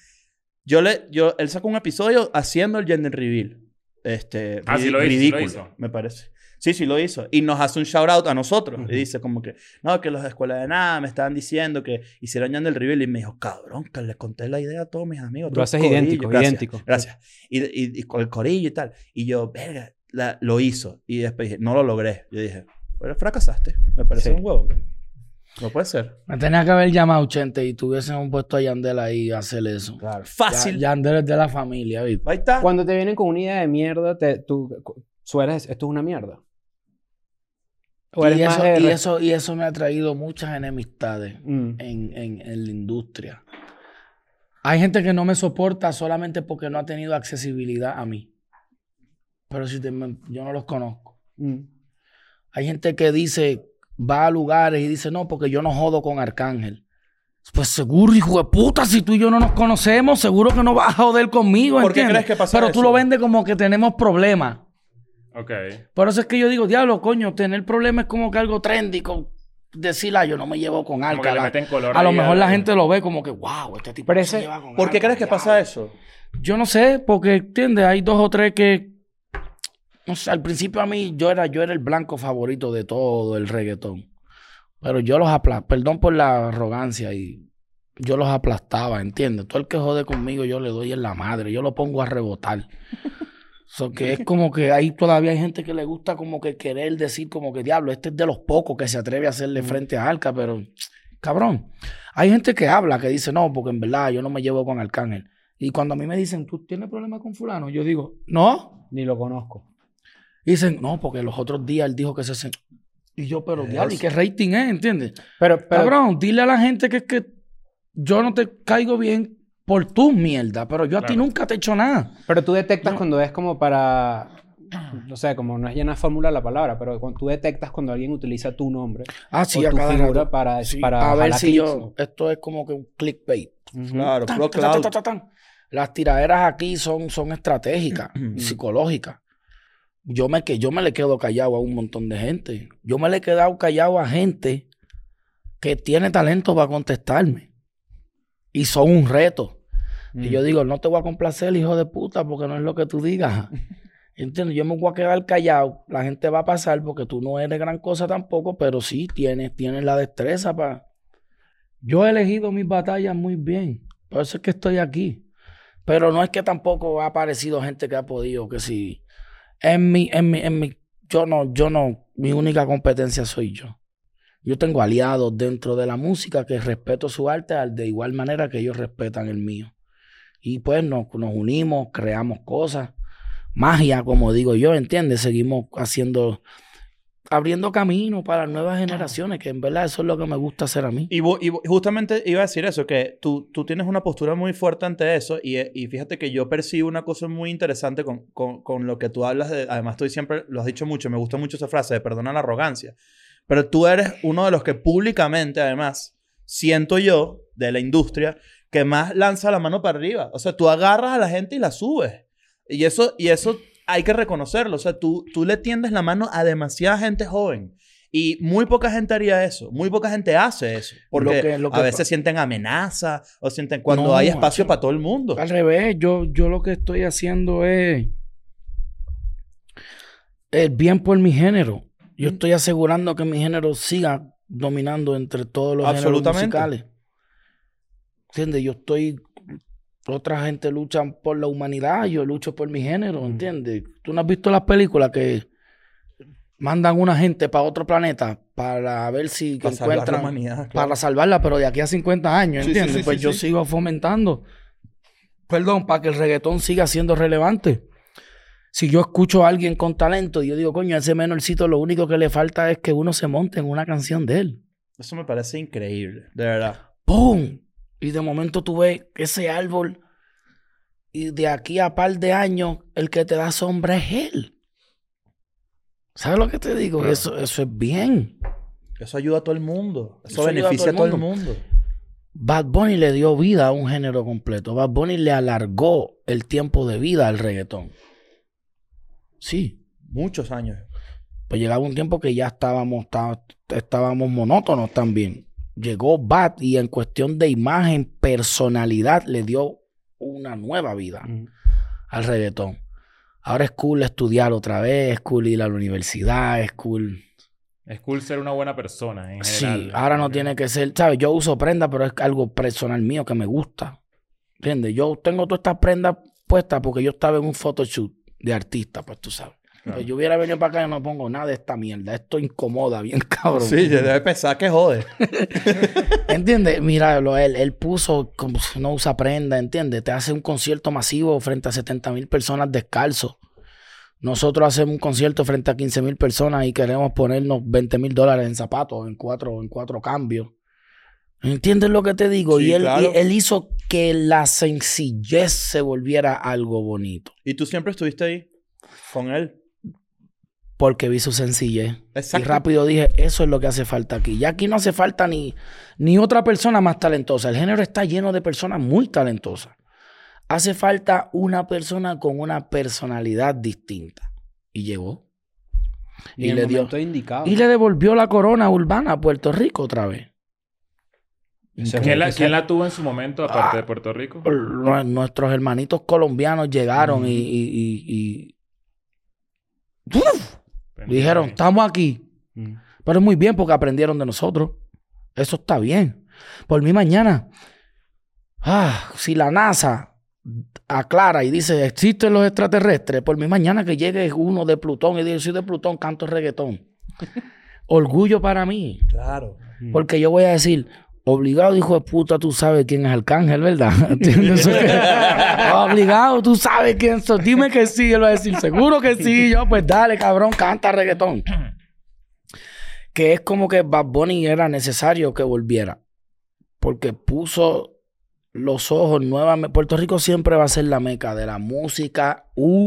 Él sacó un episodio haciendo el gender reveal. Sí lo hizo, ridículo, sí lo hizo. me parece. Sí lo hizo. Y nos hace un shout out a nosotros. Y dice como que, no, que los de Escuela de Nada me estaban diciendo que hicieron gender reveal. Y me dijo, cabrón, que les conté la idea a todos mis amigos. Lo todo el haces corillo". idéntico, Gracias, idéntico. Gracias. Y con el corillo y tal. Y yo, verga, lo hizo. Y después dije, no lo logré. Yo dije, pero fracasaste. Me parece Sí. un huevo. No puede ser. Me tenía que haber llamado Chente y tuviesen puesto a Yandel ahí a hacer eso. Claro. Fácil. Yandel es de la familia, ¿viste? Ahí está. Cuando te vienen con una idea de mierda, tú sueles... Esto es una mierda. O eres más de... Y eso me ha traído muchas enemistades Mm. en la industria. Hay gente que no me soporta solamente porque no ha tenido accesibilidad a mí. Pero yo no los conozco. Mm. Hay gente que va a lugares y dice, no, porque yo no jodo con Arcángel. Pues seguro, hijo de puta, si tú y yo no nos conocemos, seguro que no vas a joder conmigo, ¿Por qué ¿entiendes? crees que pasa Pero eso? tú lo vendes como que tenemos problemas. Ok. Por eso es que yo digo, diablo, coño, tener problemas es como que algo trendy. Decir, yo no me llevo con Como que le Arca. meten color A lo ahí mejor al- la gente lo ve como que, wow, este tipo Pero no se ese- lleva con ¿Por qué Arca, crees que pasa diablo". eso? Yo no sé, porque, ¿entiendes? Hay 2 o 3 que... No sé, al principio a mí yo era el blanco favorito de todo el reggaetón. Pero yo los aplastaba. Perdón por la arrogancia y yo los aplastaba, ¿entiendes? Todo el que jode conmigo yo le doy en la madre. Yo lo pongo a rebotar. Que es como que ahí todavía hay gente que le gusta como que querer decir como que diablo, este es de los pocos que se atreve a hacerle frente a Arca, pero cabrón, hay gente que habla, que dice no, porque en verdad yo no me llevo con Arcángel. Y cuando a mí me dicen, ¿tú tienes problemas con fulano? Yo digo, no. Ni lo conozco. Y dicen, no, porque los otros días él dijo que se... Y yo, pero diablo, ¿y qué rating es? ¿Entiendes? Pero Cabrón, dile a la gente que es que yo no te caigo bien por tu mierda, pero yo a ti nunca te he hecho nada. Pero tú detectas cuando es como para... No sé, como no es llena fórmula la palabra, pero cuando tú detectas cuando alguien utiliza tu nombre Sí, o a tu cada figura rato. para Sí, para a ver jalar si clics, yo... ¿no? Esto es como que un clickbait. Claro, Tan, pro tan, tan, cloud. tan, tan, tan. Las tiraderas aquí son estratégicas, psicológicas. Yo me le quedo callado a un montón de gente. Yo me le he quedado callado a gente que tiene talento para contestarme. Y son un reto. Y yo digo, no te voy a complacer, hijo de puta, porque no es lo que tú digas. ¿Entiendes? Yo me voy a quedar callado. La gente va a pasar porque tú no eres gran cosa tampoco, pero sí tienes la destreza para... Yo he elegido mis batallas muy bien. Por eso es que estoy aquí. Pero no es que tampoco ha aparecido gente que ha podido, que sí. Yo no, mi única competencia soy yo. Yo tengo aliados dentro de la música que respeto su arte de igual manera que ellos respetan el mío. Y pues nos unimos, creamos cosas, magia, como digo yo, ¿entiendes? Seguimos abriendo camino para las nuevas generaciones, que en verdad eso es lo que me gusta hacer a mí. Y justamente iba a decir eso, que tú tienes una postura muy fuerte ante eso y fíjate que yo percibo una cosa muy interesante con lo que tú hablas de, además tú siempre lo has dicho mucho, me gusta mucho esa frase de perdona la arrogancia, pero tú eres uno de los que públicamente además, siento yo, de la industria, que más lanza la mano para arriba. O sea, tú agarras a la gente y la subes. Y eso hay que reconocerlo. O sea, tú le tiendes la mano a demasiada gente joven. Y muy poca gente haría eso. Muy poca gente hace eso. Porque Lo que a veces sienten amenaza o sienten cuando hay espacio para todo el mundo. Al revés, yo lo que estoy haciendo es el bien por mi género. Yo estoy asegurando que mi género siga dominando entre todos los géneros musicales. ¿Entiendes? Otra gente lucha por la humanidad, yo lucho por mi género, ¿entiendes? ¿Tú no has visto las películas que mandan una gente para otro planeta para ver si para encuentran... salvar la humanidad, claro. Para salvarla, pero de aquí a 50 años, ¿entiendes? Sí, pues yo sigo fomentando. Para que el reggaetón siga siendo relevante. Si yo escucho a alguien con talento y yo digo, coño, a ese menorcito lo único que le falta es que uno se monte en una canción de él. Eso me parece increíble, de verdad. ¡Pum! Y de momento tú ves ese árbol y de aquí a par de años el que te da sombra es él. ¿Sabes lo que te digo? Claro. Eso es bien. Eso ayuda a todo el mundo. Eso beneficia a todo el mundo. Bad Bunny le dio vida a un género completo. Bad Bunny le alargó el tiempo de vida al reggaetón. Sí. Muchos años. Pues llegaba un tiempo que ya estábamos monótonos también. Llegó Bad y en cuestión de imagen, personalidad, le dio una nueva vida al reggaetón. Ahora es cool estudiar otra vez, es cool ir a la universidad, es cool... Es cool ser una buena persona en general. Sí, ahora no tiene que ser... ¿Sabes? Yo uso prendas, pero es algo personal mío que me gusta. ¿Entiendes? Yo tengo todas estas prendas puestas porque yo estaba en un photoshoot de artista, pues tú sabes. Claro. Pues yo hubiera venido para acá y no pongo nada de esta mierda. Esto incomoda bien, cabrón. Sí, debe pensar que jode. ¿Entiendes? Mira, él puso, como si no usa prenda, ¿entiendes? Te hace un concierto masivo frente a 70,000 personas descalzos. Nosotros hacemos un concierto frente a 15,000 personas y queremos ponernos $20,000 en zapatos, en cuatro cambios. ¿Entiendes lo que te digo? Sí, claro. Y él hizo que la sencillez se volviera algo bonito. ¿Y tú siempre estuviste ahí con él? Porque vi su sencillez. Exacto. Y rápido dije, eso es lo que hace falta aquí. Ya aquí no hace falta ni otra persona más talentosa. El género está lleno de personas muy talentosas. Hace falta una persona con una personalidad distinta. Y llegó. Y le dio indicado. Y le devolvió la corona urbana a Puerto Rico otra vez. ¿Quién la tuvo en su momento, aparte de Puerto Rico? Nuestros hermanitos colombianos llegaron y dijeron, estamos aquí. Pero es muy bien porque aprendieron de nosotros. Eso está bien. Por mí mañana, si la NASA aclara y dice existen los extraterrestres, por mí mañana que llegue uno de Plutón y dice soy de Plutón, canto reggaetón. Orgullo para mí. Claro. Porque yo voy a decir, obligado, hijo de puta, tú sabes quién es Arcángel, ¿verdad? ¿Entiendes? Obligado, tú sabes quién soy. Dime que sí. Él va a decir, seguro que sí. Yo, pues dale, cabrón, canta reggaetón. Que es como que Bad Bunny era necesario que volviera. Porque puso los ojos nuevamente. Puerto Rico siempre va a ser la meca de la música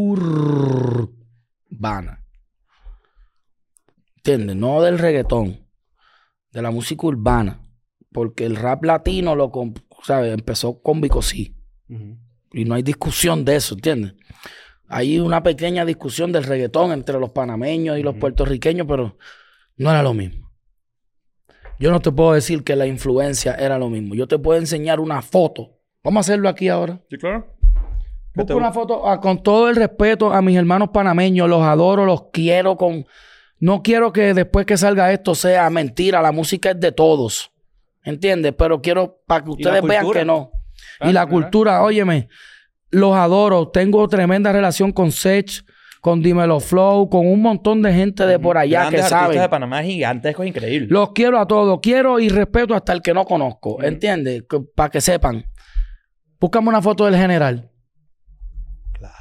urbana. ¿Entiendes? No del reggaetón. De la música urbana. Porque el rap latino ¿sabes? Empezó con Vico C. Y no hay discusión de eso, ¿entiendes? Hay una pequeña discusión del reggaetón entre los panameños y los puertorriqueños, pero no era lo mismo. Yo no te puedo decir que la influencia era lo mismo. Yo te puedo enseñar una foto. Vamos a hacerlo aquí ahora. Sí, claro. Busca una foto con todo el respeto a mis hermanos panameños. Los adoro, los quiero con... No quiero que después que salga esto sea mentira. La música es de todos. ¿Entiendes? Pero quiero para que ustedes vean que no. Y la cultura, óyeme, los adoro. Tengo tremenda relación con Sech, con Dímelo Flow, con un montón de gente de por allá Grandes que saben. artistas de Panamá gigantescos, increíbles. Los quiero a todos. Quiero y respeto hasta el que no conozco. ¿Entiendes? Para que sepan. Búscame una foto del general. Claro.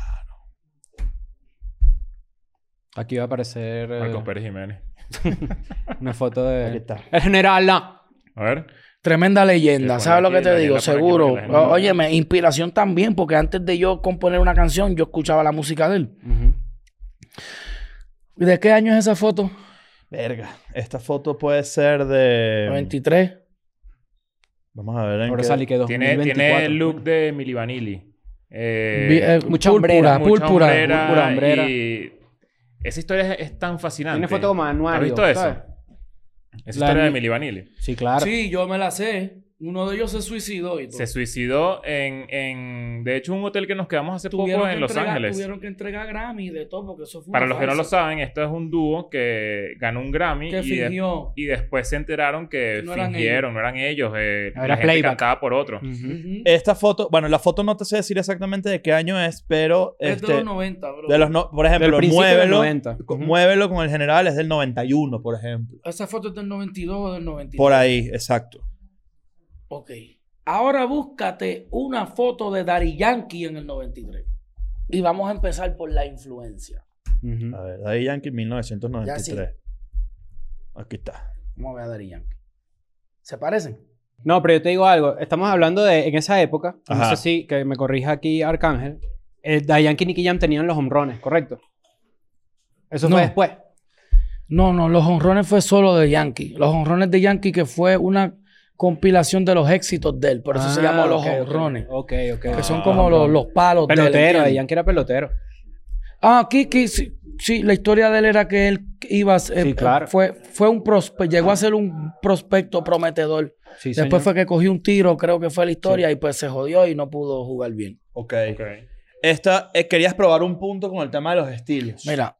Aquí va a aparecer Marcos Pérez Jiménez. una foto de... Aquí está. El general, no. A ver. Tremenda leyenda. Sí, ¿Sabes lo pon que aquí, te digo? Daniela, pon aquí Seguro. para que la gente- Óyeme, inspiración también, porque antes de yo componer una canción, yo escuchaba la música de él. ¿Y de qué año es esa foto? Verga. Esta foto puede ser de... 93. Vamos a ver en Ahora qué... sale que 2024. Tiene el look de Milli Vanilli. Mucha púrpura, hombrera, Mucha púrpura. hombrera. Y esa historia es tan fascinante. Tiene foto como anuario. ¿Has visto eso? ¿sabes? Esa La historia de mi- Milli Vanilli. Sí, claro. Sí, yo me la sé. Uno de ellos se suicidó y todo. Se suicidó de hecho, un hotel que nos quedamos hace poco en Los Ángeles. Tuvieron que entregar Grammy de todo, porque eso fue Para una los que no lo farsa. saben, esto es un dúo que ganó un Grammy Que fingió. y después se enteraron que No eran fingieron, no eran ellos. Era La gente playback. cantaba por otro. Ujú. Ujú. Esta foto... Bueno, la foto no te sé decir exactamente de qué año es, pero... Es de los 90, bro. de los no- por Del ejemplo, principio del Muévelo. 90. Muévelo con el general es del 91, por ejemplo. Esa foto es del 92 o del 93. Por ahí, exacto. Ok. Ahora búscate una foto de Daddy Yankee en el 93. Y vamos a empezar por la influencia. Ujú. A ver, Daddy Yankee 1993. Aquí está. Vamos a ver a Daddy Yankee. ¿Se parecen? No, pero yo te digo algo. Estamos hablando de... En esa época, no Ajá. sé si... Que me corrija aquí Arcángel. Daddy Yankee y Nicky Jam tenían los hombrones, ¿correcto? Eso No. fue después. No, los honrones fue solo de Yankee. Los honrones de Yankee que fue una compilación de los éxitos de él. Por eso se llamó los honrones. Ok. Que son como los palos de él. Pelotero. ¿entiendes? Daddy Yankee era pelotero. Aquí sí, la historia de él era que él iba a Sí, claro. fue un prospecto, llegó a ser un prospecto prometedor. Sí, Después señor. fue que cogió un tiro, creo que fue la historia, y pues se jodió y no pudo jugar bien. Ok. Ok. Esta, querías probar un punto con el tema de los estilos. Mira,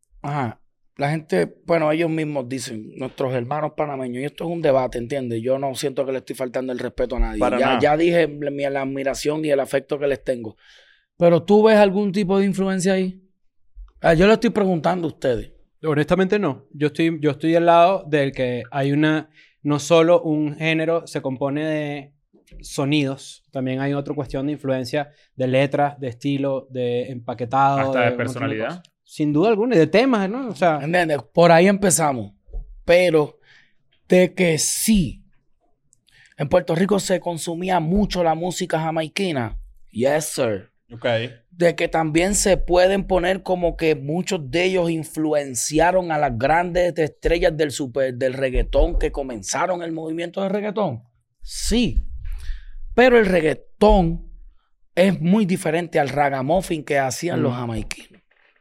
la gente, bueno, ellos mismos dicen, nuestros hermanos panameños, y esto es un debate, ¿entiendes? Yo no siento que le estoy faltando el respeto a nadie. Para nada. Ya dije la admiración y el afecto que les tengo. Pero ¿tú ves algún tipo de influencia ahí? Yo le estoy preguntando a ustedes. Honestamente no. Yo estoy del lado del que hay una... No solo un género se compone de sonidos. También hay otra cuestión de influencia de letras, de estilo, de empaquetado. Hasta de un montón personalidad. cosas. Sin duda alguna. Y de temas, ¿no? O sea... ¿Entiendes? Por ahí empezamos. Pero de que sí, en Puerto Rico se consumía mucho la música jamaiquina. Yes, sir. Ok. De que también se pueden poner como que muchos de ellos influenciaron a las grandes estrellas del reggaetón que comenzaron el movimiento del reggaetón. Sí. Pero el reggaetón es muy diferente al ragamuffin que hacían los jamaiquinos.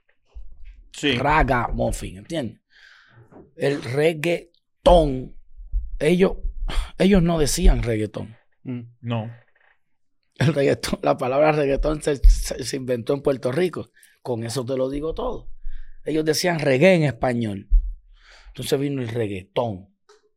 Sí. Ragamuffin, ¿entiendes? El reggaetón, ellos no decían reggaetón. No. El reggaetón, la palabra reggaetón se inventó en Puerto Rico. Con eso te lo digo todo. Ellos decían reggae en español. Entonces vino el reggaetón.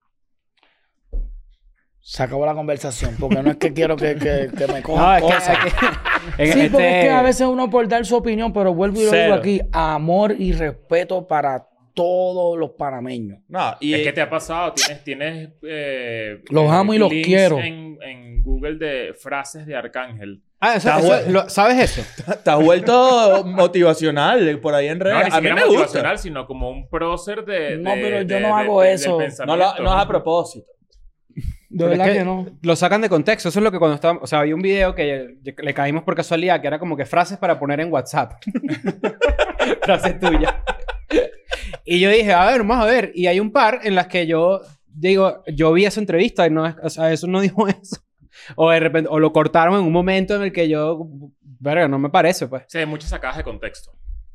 Se acabó la conversación, porque no es que quiero que me cojan cosas. Sí, porque es que a veces uno por dar su opinión, pero vuelvo y lo digo aquí, amor y respeto para todos los panameños. No, y Es que te ha pasado, tienes Los amo y los links quiero. en Google de frases de Arcángel. ¿Sabes eso? te has vuelto motivacional por ahí en No, redes. ni A mí siquiera me gusta. motivacional, sino como un prócer de... No, pero yo no hago eso. del No, pensamiento. no es a propósito. De Pero verdad es que no. Lo sacan de contexto. Eso es lo que cuando estábamos... O sea, había un video que le caímos por casualidad, que era como que frases para poner en WhatsApp. Frases tuyas. Y yo dije, a ver, vamos a ver. Y hay un par en las que yo digo, yo vi esa entrevista y no, o sea, eso no dijo eso. O de repente, o lo cortaron en un momento en el que yo, verga, no me parece, pues. Sí, hay muchas sacadas de contexto.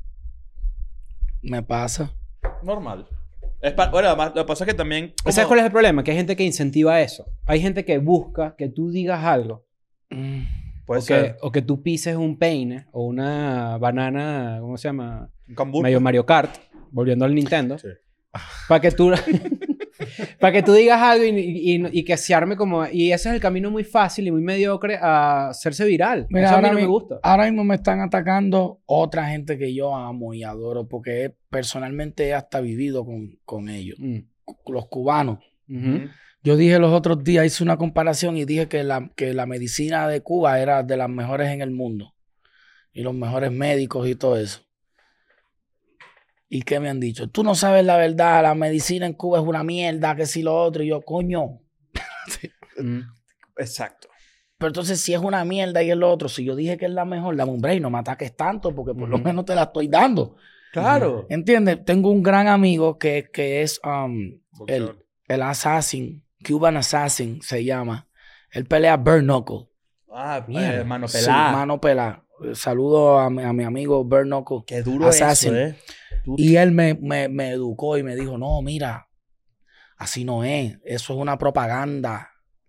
Me pasa. Normal. Bueno, además, lo que pasa es que también... ¿Sabes cuál es el problema? Que hay gente que incentiva eso. Hay gente que busca que tú digas algo. Puede ser. O que tú pises un peine o una banana, ¿cómo se llama? Un cambur. Medio Mario Kart, volviendo al Nintendo. Sí. Para que tú... para que tú digas algo y que se arme como... Y ese es el camino muy fácil y muy mediocre a hacerse viral. Mira, Eso a mí ahora no me mi- gusta. Ahora mismo me están atacando otra gente que yo amo y adoro porque personalmente he hasta vivido con ellos. Los cubanos. Ujú. Yo dije los otros días, hice una comparación y dije que la medicina de Cuba era de las mejores en el mundo. Y los mejores médicos y todo eso. ¿Y qué me han dicho? Tú no sabes la verdad, la medicina en Cuba es una mierda, que si lo otro. Y yo, coño. Exacto. Pero entonces, si es una mierda y es lo otro, si yo dije que es la mejor, dame un break, no me ataques tanto, porque por lo menos te la estoy dando. Claro. ¿Entiendes? Tengo un gran amigo que es Boxeador. el Assassin, Cuban Assassin se llama. Él pelea bare knuckle. Ah, Mierda. mano Sí, pelada. mano pelada. Saludo a mi amigo bare knuckle. Qué duro Assassin. eso, Duro. Y él me educó y me dijo, no, mira, así no es. Eso es una propaganda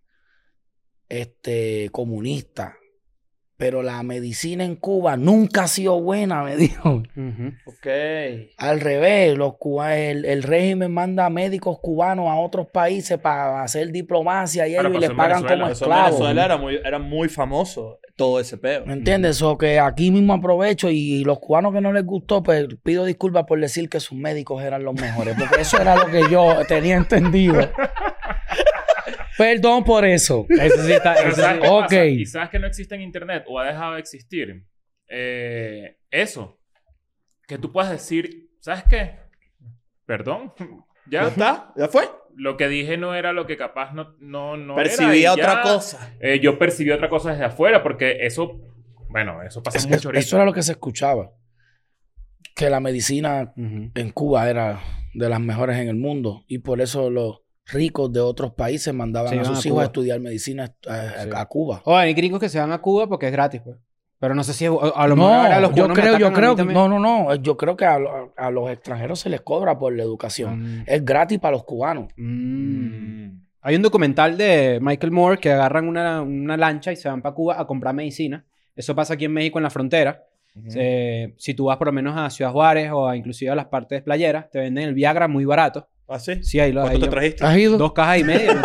comunista. Pero la medicina en Cuba nunca ha sido buena, me dijo. Ujú. Ok. Al revés, el régimen manda médicos cubanos a otros países para hacer diplomacia y Claro, ellos y pasó les en pagan Venezuela. como Eso en esclavos. Venezuela era muy famoso todo ese peo. ¿Me entiendes? O que aquí mismo aprovecho y los cubanos que no les gustó, pues pido disculpas por decir que sus médicos eran los mejores, porque eso era lo que yo tenía entendido. Perdón por eso. Eso sí está... Pero eso ¿sabes sí- qué pasa? Ok. Y sabes que no existe en internet o ha dejado de existir. Eso. Que tú puedas decir, ¿sabes qué? Perdón. ¿Ya Ya. está? ¿Ya fue? Lo que dije no era lo que capaz no Percibía era, y otra ya. cosa. Yo percibí otra cosa desde afuera porque eso... Bueno, eso pasa mucho ahorita. Eso era lo que se escuchaba. Que la medicina Ujú. en Cuba era de las mejores en el mundo y por eso los ricos de otros países mandaban Se a iban sus a hijos Cuba. a estudiar medicina a Cuba. O hay gringos que se van a Cuba porque es gratis, pues. Pero no sé si... A lo mejor ahora los yo cubanos me creo, atacan a mí también. no, yo creo que a los extranjeros se les cobra por la educación. Es gratis para los cubanos. Hay un documental de Michael Moore que agarran una lancha y se van para Cuba a comprar medicina. Eso pasa aquí en México en la frontera. Si tú vas por lo menos a Ciudad Juárez o inclusive a las partes playeras, te venden el Viagra muy barato. ¿Ah, sí? Sí, ahí lo ¿Cuánto ahí te yo- trajiste? ¿Has ido? 2 cajas y media.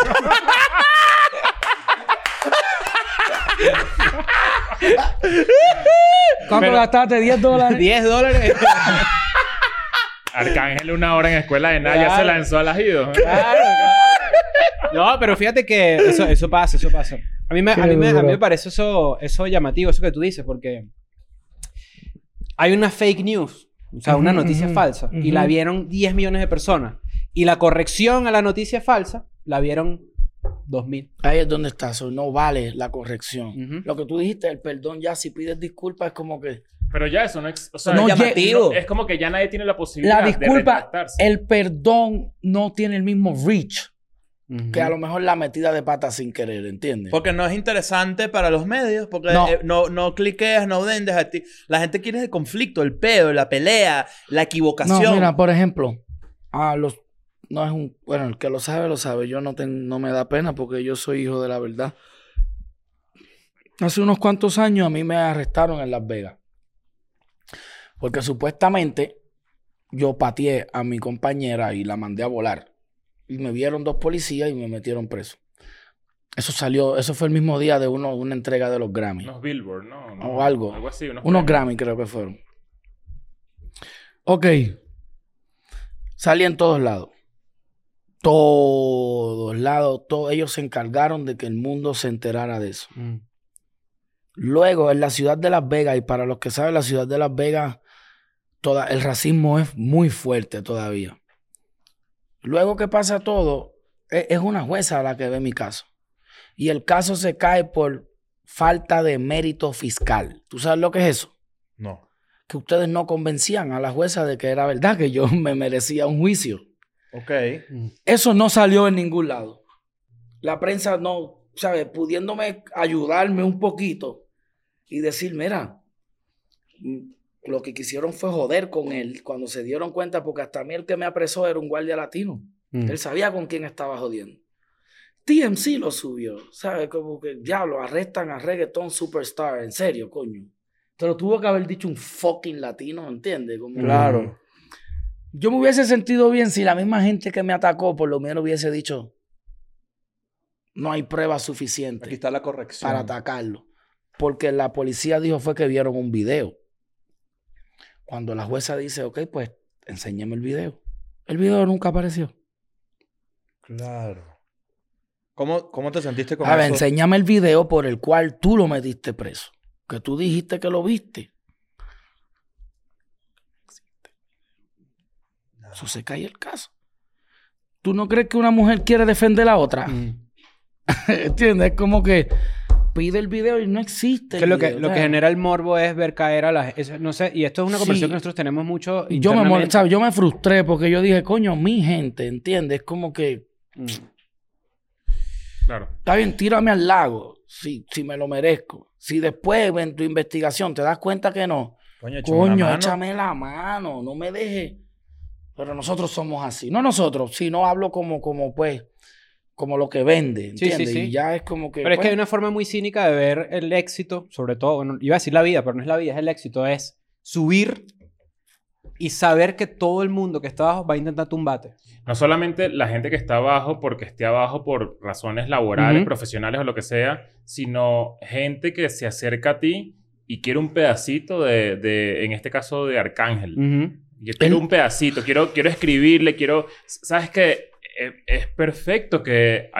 ¿Cuánto Pero- gastaste? $10. $10. Arcángel 1 hora en escuela de nada ya Claro. se lanzó al ajido. Claro. No, pero fíjate que eso pasa. A mí me parece eso llamativo, eso que tú dices, porque hay una fake news, o sea, una Ujú, noticia ujú, falsa, y ujú. la vieron 10 millones de personas. Y la corrección a la noticia falsa la vieron 2,000. Ahí es donde está. Eso no vale la corrección. Ujú. Lo que tú dijiste, el perdón ya, si pides disculpas, es como que... Pero ya eso no es... O sea, No ya- llamativo. es como que ya nadie tiene la posibilidad La de disculpa, retractarse. el perdón no tiene el mismo reach Ujú. que a lo mejor la metida de pata sin querer, ¿entiendes? Porque no es interesante para los medios, porque No. no cliqueas, no vendes a ti. La gente quiere el conflicto, el pedo, la pelea, la equivocación. No, mira, por ejemplo, no es un... Bueno, el que lo sabe. Yo no me da pena porque yo soy hijo de la verdad. Hace unos cuantos años a mí me arrestaron en Las Vegas. Porque supuestamente yo pateé a mi compañera y la mandé a volar. Y me vieron 2 policías y me metieron preso. Eso fue el mismo día de una entrega de los Grammy. Unos Billboard, ¿no? O algo. Algo así. Unos premios. Grammy creo que fueron. Ok. Salí en todos lados. Todos lados. Ellos se encargaron de que el mundo se enterara de eso. Luego, en la ciudad de Las Vegas, y para los que saben, la ciudad de Las Vegas, el racismo es muy fuerte todavía. Luego que pasa todo, es una jueza la que ve mi caso. Y el caso se cae por falta de mérito fiscal. ¿Tú sabes lo que es eso? No. Que ustedes no convencían a la jueza de que era verdad, que yo me merecía un juicio. Ok. Eso no salió en ningún lado. La prensa no, ¿sabes? Pudiéndome ayudarme un poquito y decir, mira, lo que quisieron fue joder con él cuando se dieron cuenta, porque hasta a mí el que me apresó era un guardia latino. Él sabía con quién estaba jodiendo. TMZ lo subió, ¿sabes? Como que, diablo, arrestan a reggaeton superstar, en serio, coño. Te lo tuvo que haber dicho un fucking latino, ¿entiendes? Como, Claro. yo me hubiese sentido bien si la misma gente que me atacó por lo menos hubiese dicho, no hay pruebas Aquí suficientes está la corrección. para atacarlo. Porque la policía dijo fue que vieron un video. Cuando la jueza dice, ok, pues enséñame el video. El video nunca apareció. Claro. ¿Cómo te sentiste con A ver, eso? enséñame el video por el cual tú lo metiste preso. Que tú dijiste que lo viste. Eso se cae el caso. ¿Tú no crees que una mujer quiere defender a la otra? ¿Entiendes? Es como que pide el video y no existe. Que lo que genera el morbo es ver caer a la gente. No sé, y esto es una conversación que nosotros tenemos mucho. Yo me frustré porque yo dije, coño, mi gente, ¿entiendes? Es como que. Claro. Está bien, tírame al lago, si me lo merezco. Si después en tu investigación te das cuenta que no, Coño, échame la mano, no me dejes. Pero nosotros somos así. No nosotros, sino hablo como lo que vende, ¿entiendes? Sí. Y ya es como que... Pero es que hay una forma muy cínica de ver el éxito, sobre todo, bueno, iba a decir la vida, pero no es la vida, es el éxito, es subir y saber que todo el mundo que está abajo va a intentar tumbarte. No solamente la gente que está abajo porque esté abajo por razones laborales, profesionales o lo que sea, sino gente que se acerca a ti y quiere un pedacito de en este caso, de Arcángel. Yo quiero un pedacito, quiero escribirle, ¿Sabes qué? Es perfecto que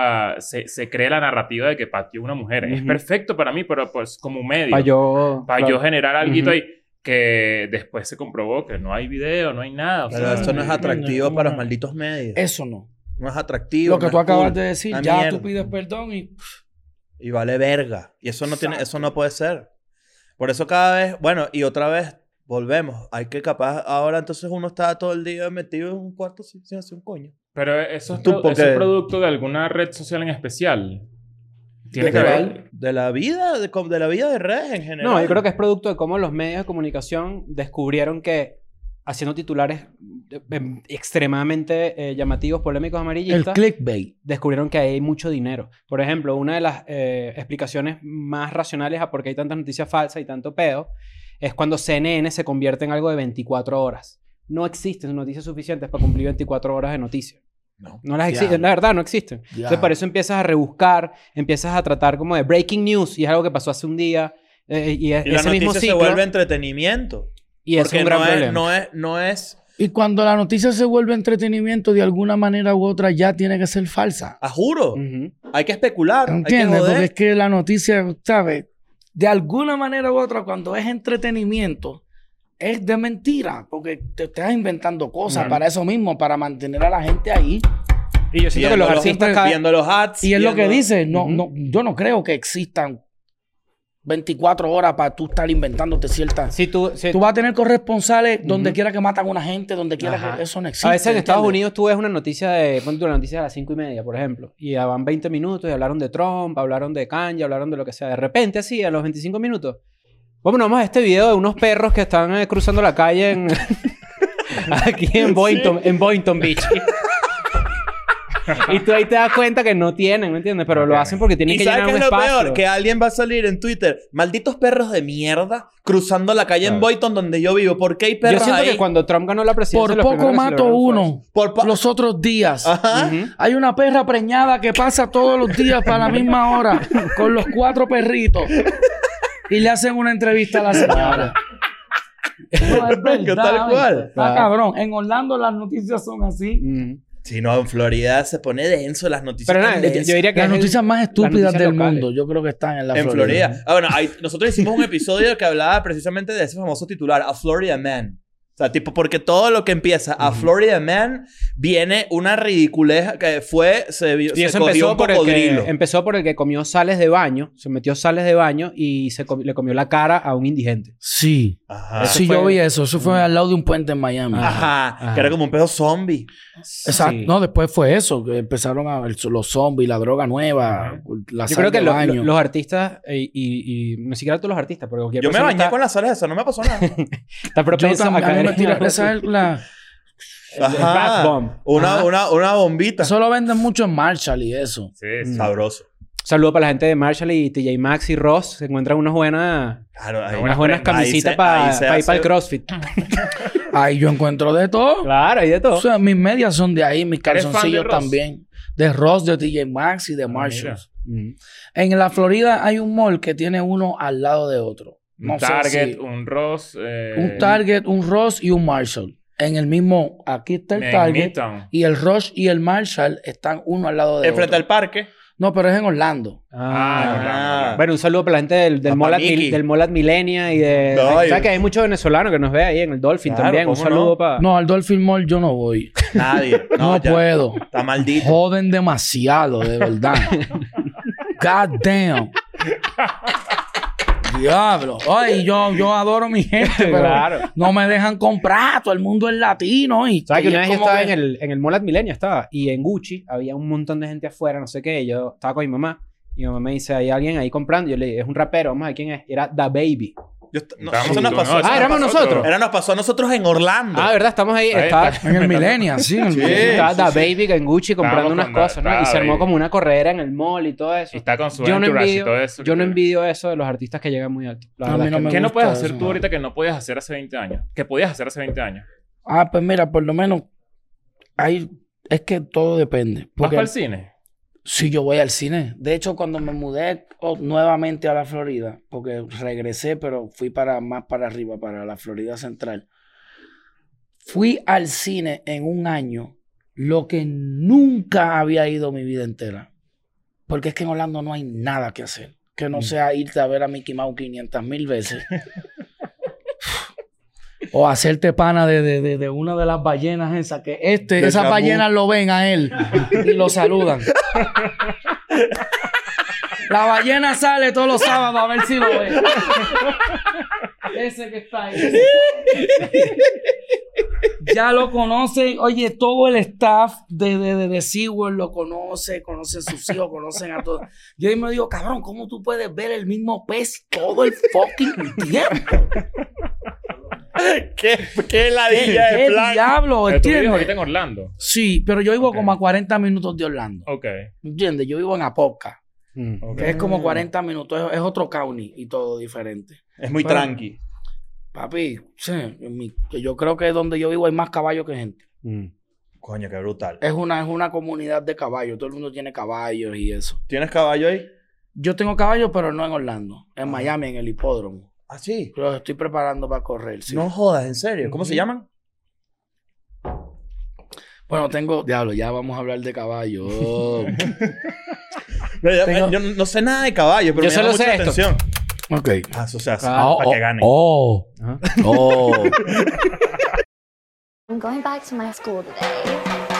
se cree la narrativa de que pateó una mujer. Es perfecto para mí, pero pues como medio. Para yo generar algo ahí. Que después se comprobó que no hay video, no hay nada. Pero esto no es atractivo para los malditos medios. Eso no. No es atractivo. Lo que no tú es acabas cool. de decir, Una ya mierda. tú pides perdón y... Y vale verga. Y eso no puede ser. Por eso cada vez... Bueno, y otra vez volvemos. Hay que capaz... Ahora entonces uno está todo el día metido en un cuarto sin hacer un coño. Pero eso es porque- producto de alguna red social en especial. Tiene que ver. De la vida de redes en general. No, yo creo que es producto de cómo los medios de comunicación descubrieron que haciendo titulares extremadamente llamativos, polémicos, El amarillistas, clickbait. descubrieron que hay mucho dinero. Por ejemplo, una de las explicaciones más racionales a por qué hay tantas noticias falsas y tanto pedo es cuando CNN se convierte en algo de 24 horas. No existen noticias suficientes para cumplir 24 horas de noticias. No las existen, la verdad, no existen. Entonces, por eso empiezas a rebuscar, empiezas a tratar como de breaking news y es algo que pasó hace un día. Y la ese mismo noticia se ciclo. vuelve entretenimiento. Y es Porque un gran problema. no es... Y cuando la noticia se vuelve entretenimiento, de alguna manera u otra ya tiene que ser falsa. A juro. Ujú. Hay que especular. ¿Entiendes? Hay que joder. Porque es que la noticia, ¿sabes? De alguna manera u otra, cuando es entretenimiento, es de mentira. Porque te estás inventando cosas para eso mismo, para mantener a la gente ahí. Y yo siento que los artistas... Viendo los ads. Y es lo que viendo- dice. Yo no creo que existan 24 horas para tú estar inventándote ciertas... Si tú Tú vas a tener corresponsales donde quiera que matan a una gente, donde quiera Ajá. que... Eso no existe. A veces en Estados ¿entiendes? Unidos tú ves una noticia de... Ponte una noticia de las 5:30, por ejemplo. Y ya van 20 minutos y hablaron de Trump, hablaron de Kanye, hablaron de lo que sea. De repente, así, a los 25 minutos... Bueno, vamos a este video de unos perros que están cruzando la calle aquí en Boynton Beach. Y tú ahí te das cuenta que no tienen, ¿me entiendes? Pero No lo tienen. hacen porque tienen ¿Y que sabes llenar qué un es lo espacio. peor? Que alguien va a salir en Twitter, malditos perros de mierda, cruzando la calle en Claro. Boynton donde yo vivo. ¿Por qué hay Yo perros siento ahí? que cuando Trump ganó la presidencia... Por lo poco primero que mato celebraron fue uno. Por Los otros días. Ajá. eso. Ujú. Hay una perra preñada que pasa todos los días para la misma hora con los 4 perritos. Y le hacen una entrevista a la señora. No, es verdad, Que tal cual. ¿viste? Está Claro. cabrón. En Orlando las noticias son así. Ujú. Si no, en Florida se pone denso las noticias. Pero tan nada, yo densas. diría que Las es noticias más estúpidas noticias del locales. mundo, yo creo que están en la En Florida. Ah, bueno, nosotros hicimos un episodio que hablaba precisamente de ese famoso titular, A Florida Man. O sea, tipo, porque todo lo que empieza a Florida Man viene una ridiculez que fue, Y se eso cogió un cocodrilo. empezó por el que comió sales de baño, se metió sales de baño y le comió la cara a un indigente. Sí. Ajá. Eso Sí, fue- yo vi eso. Eso fue al lado de un puente en Miami. Ajá. Ajá. Que era como un pedo zombie. Exacto. Sí. No, después fue eso. Que empezaron a ver los zombies, la droga nueva, la Yo sal creo que de baño. los artistas, y no siquiera todos los artistas, porque cualquier Yo me persona bañé con las sales esas, no me pasó nada. está Yo propensa a también, a mí caer me en tira algo esa así. es la... Bath bomb. Una bombita. Eso lo venden mucho en Marshall y eso. Sí, sí. Sabroso. Saludo para la gente de Marshall y TJ Maxx y Ross. Se encuentran unas buenas Claro, ahí- unas buenas Ahí camisitas se- para ahí se ir para hace- el CrossFit. Ahí yo encuentro de todo. Claro, hay de todo. O sea, mis medias son de ahí, mis ¿Eres fan de calzoncillos Ross? también. De Ross, de TJ Maxx y de mira. Marshall. Mm. En la Florida hay un mall que tiene uno al lado de otro. No Un sé Target, si- un Ross. un Target, un Ross y un Marshall. En el mismo, aquí está el en Target Midtown. y el Ross y el Marshall están uno al lado de Enfrente otro. al parque. No, pero es en Orlando. Ah, Bueno, un saludo para la gente del A Mall at Pamiki. del Mall at Millenia y de... Ay. ¿Sabes que hay muchos venezolanos que nos ve ahí en el Dolphin Claro, también? Un ¿cómo saludo no? para... No, al Dolphin Mall yo no voy. Nadie. No, ya. puedo. Está maldito. Joden demasiado, de verdad. God damn. Diablo. Ay, yo adoro a mi gente, pero Claro. no me dejan comprar. Todo el mundo es latino. Y ¿Sabes que una es vez yo como estaba que- en el Mall at Millenia? Estaba. Y en Gucci había un montón de gente afuera, no sé qué. Y yo estaba con mi mamá. Y mi mamá me dice, ¿hay alguien ahí comprando? Y yo le dije, es un rapero. Vamos a ver quién es. Y era Da Baby. Estábamos Eso nos tú, pasó. ¿no? Eso nos éramos pasó nosotros. todo. Era nos pasó a nosotros en Orlando. Ah, ¿verdad? Estamos ahí. Ahí Estaba, está. En el Millennium, sí. En el Sí. Millennium. estaba Da sí. Baby en Gucci comprando Estábamos unas con cosas, ¿no? Da Y se armó Baby. como una corredera en el mall y todo eso. Y está con su Yo no entourage y envidio, todo eso. yo no envidio eso de los artistas que llegan muy alto. La A mí verdad no es que me ¿Qué no gusta puedes hacer eso. tú ahorita que no podías hacer hace 20 años? Que podías hacer hace 20 años. Ah, pues mira, por lo menos es que todo depende. ¿Vas Porque para el cine? si yo voy al cine. De hecho, cuando me mudé nuevamente a la Florida, porque regresé, pero fui más para arriba, para la Florida Central. Fui al cine en un año, lo que nunca había ido mi vida entera. Porque es que en Orlando no hay nada que hacer. Que no sea irte a ver a Mickey Mouse 500,000 veces. O hacerte pana de una de las ballenas esas. Que De esas Shamu. ballenas lo ven a él y lo saludan. La ballena sale todos los sábados a ver si lo ve. Ese que está ahí. Ya lo conoce, oye, todo el staff de SeaWorld lo conoce, conocen sus hijos, conocen a todos. Yo ahí me digo, cabrón, ¿cómo tú puedes ver el mismo pez todo el fucking tiempo? ¿Qué ladilla de ¿Qué plan? diablo? Pero tú vives ¿Entiendes? ahorita en Orlando. Sí, pero yo vivo Ok. como a 40 minutos de Orlando. Ok. ¿Entiendes? Yo vivo en Apoca, Ok. que es como 40 minutos, es otro county y todo diferente. Es muy Pero- tranqui. Papi, sí, yo creo que donde yo vivo hay más caballos que gente. Coño, qué brutal. Es una comunidad de caballos. Todo el mundo tiene caballos y eso. ¿Tienes caballo ahí? Yo tengo caballos, pero no en Orlando. En Miami, en el hipódromo. Ah, sí. Los estoy preparando para correr, sí. No jodas, ¿en serio? ¿Cómo se llaman? Bueno, diablo, ya vamos a hablar de caballos. Oh. Yo no sé nada de caballo, pero Yo me llama solo mucho sé la esto. atención. Ok. Ah, eso se hace. Ah, para que gane. Ajá. Oh. I'm going back to my school today.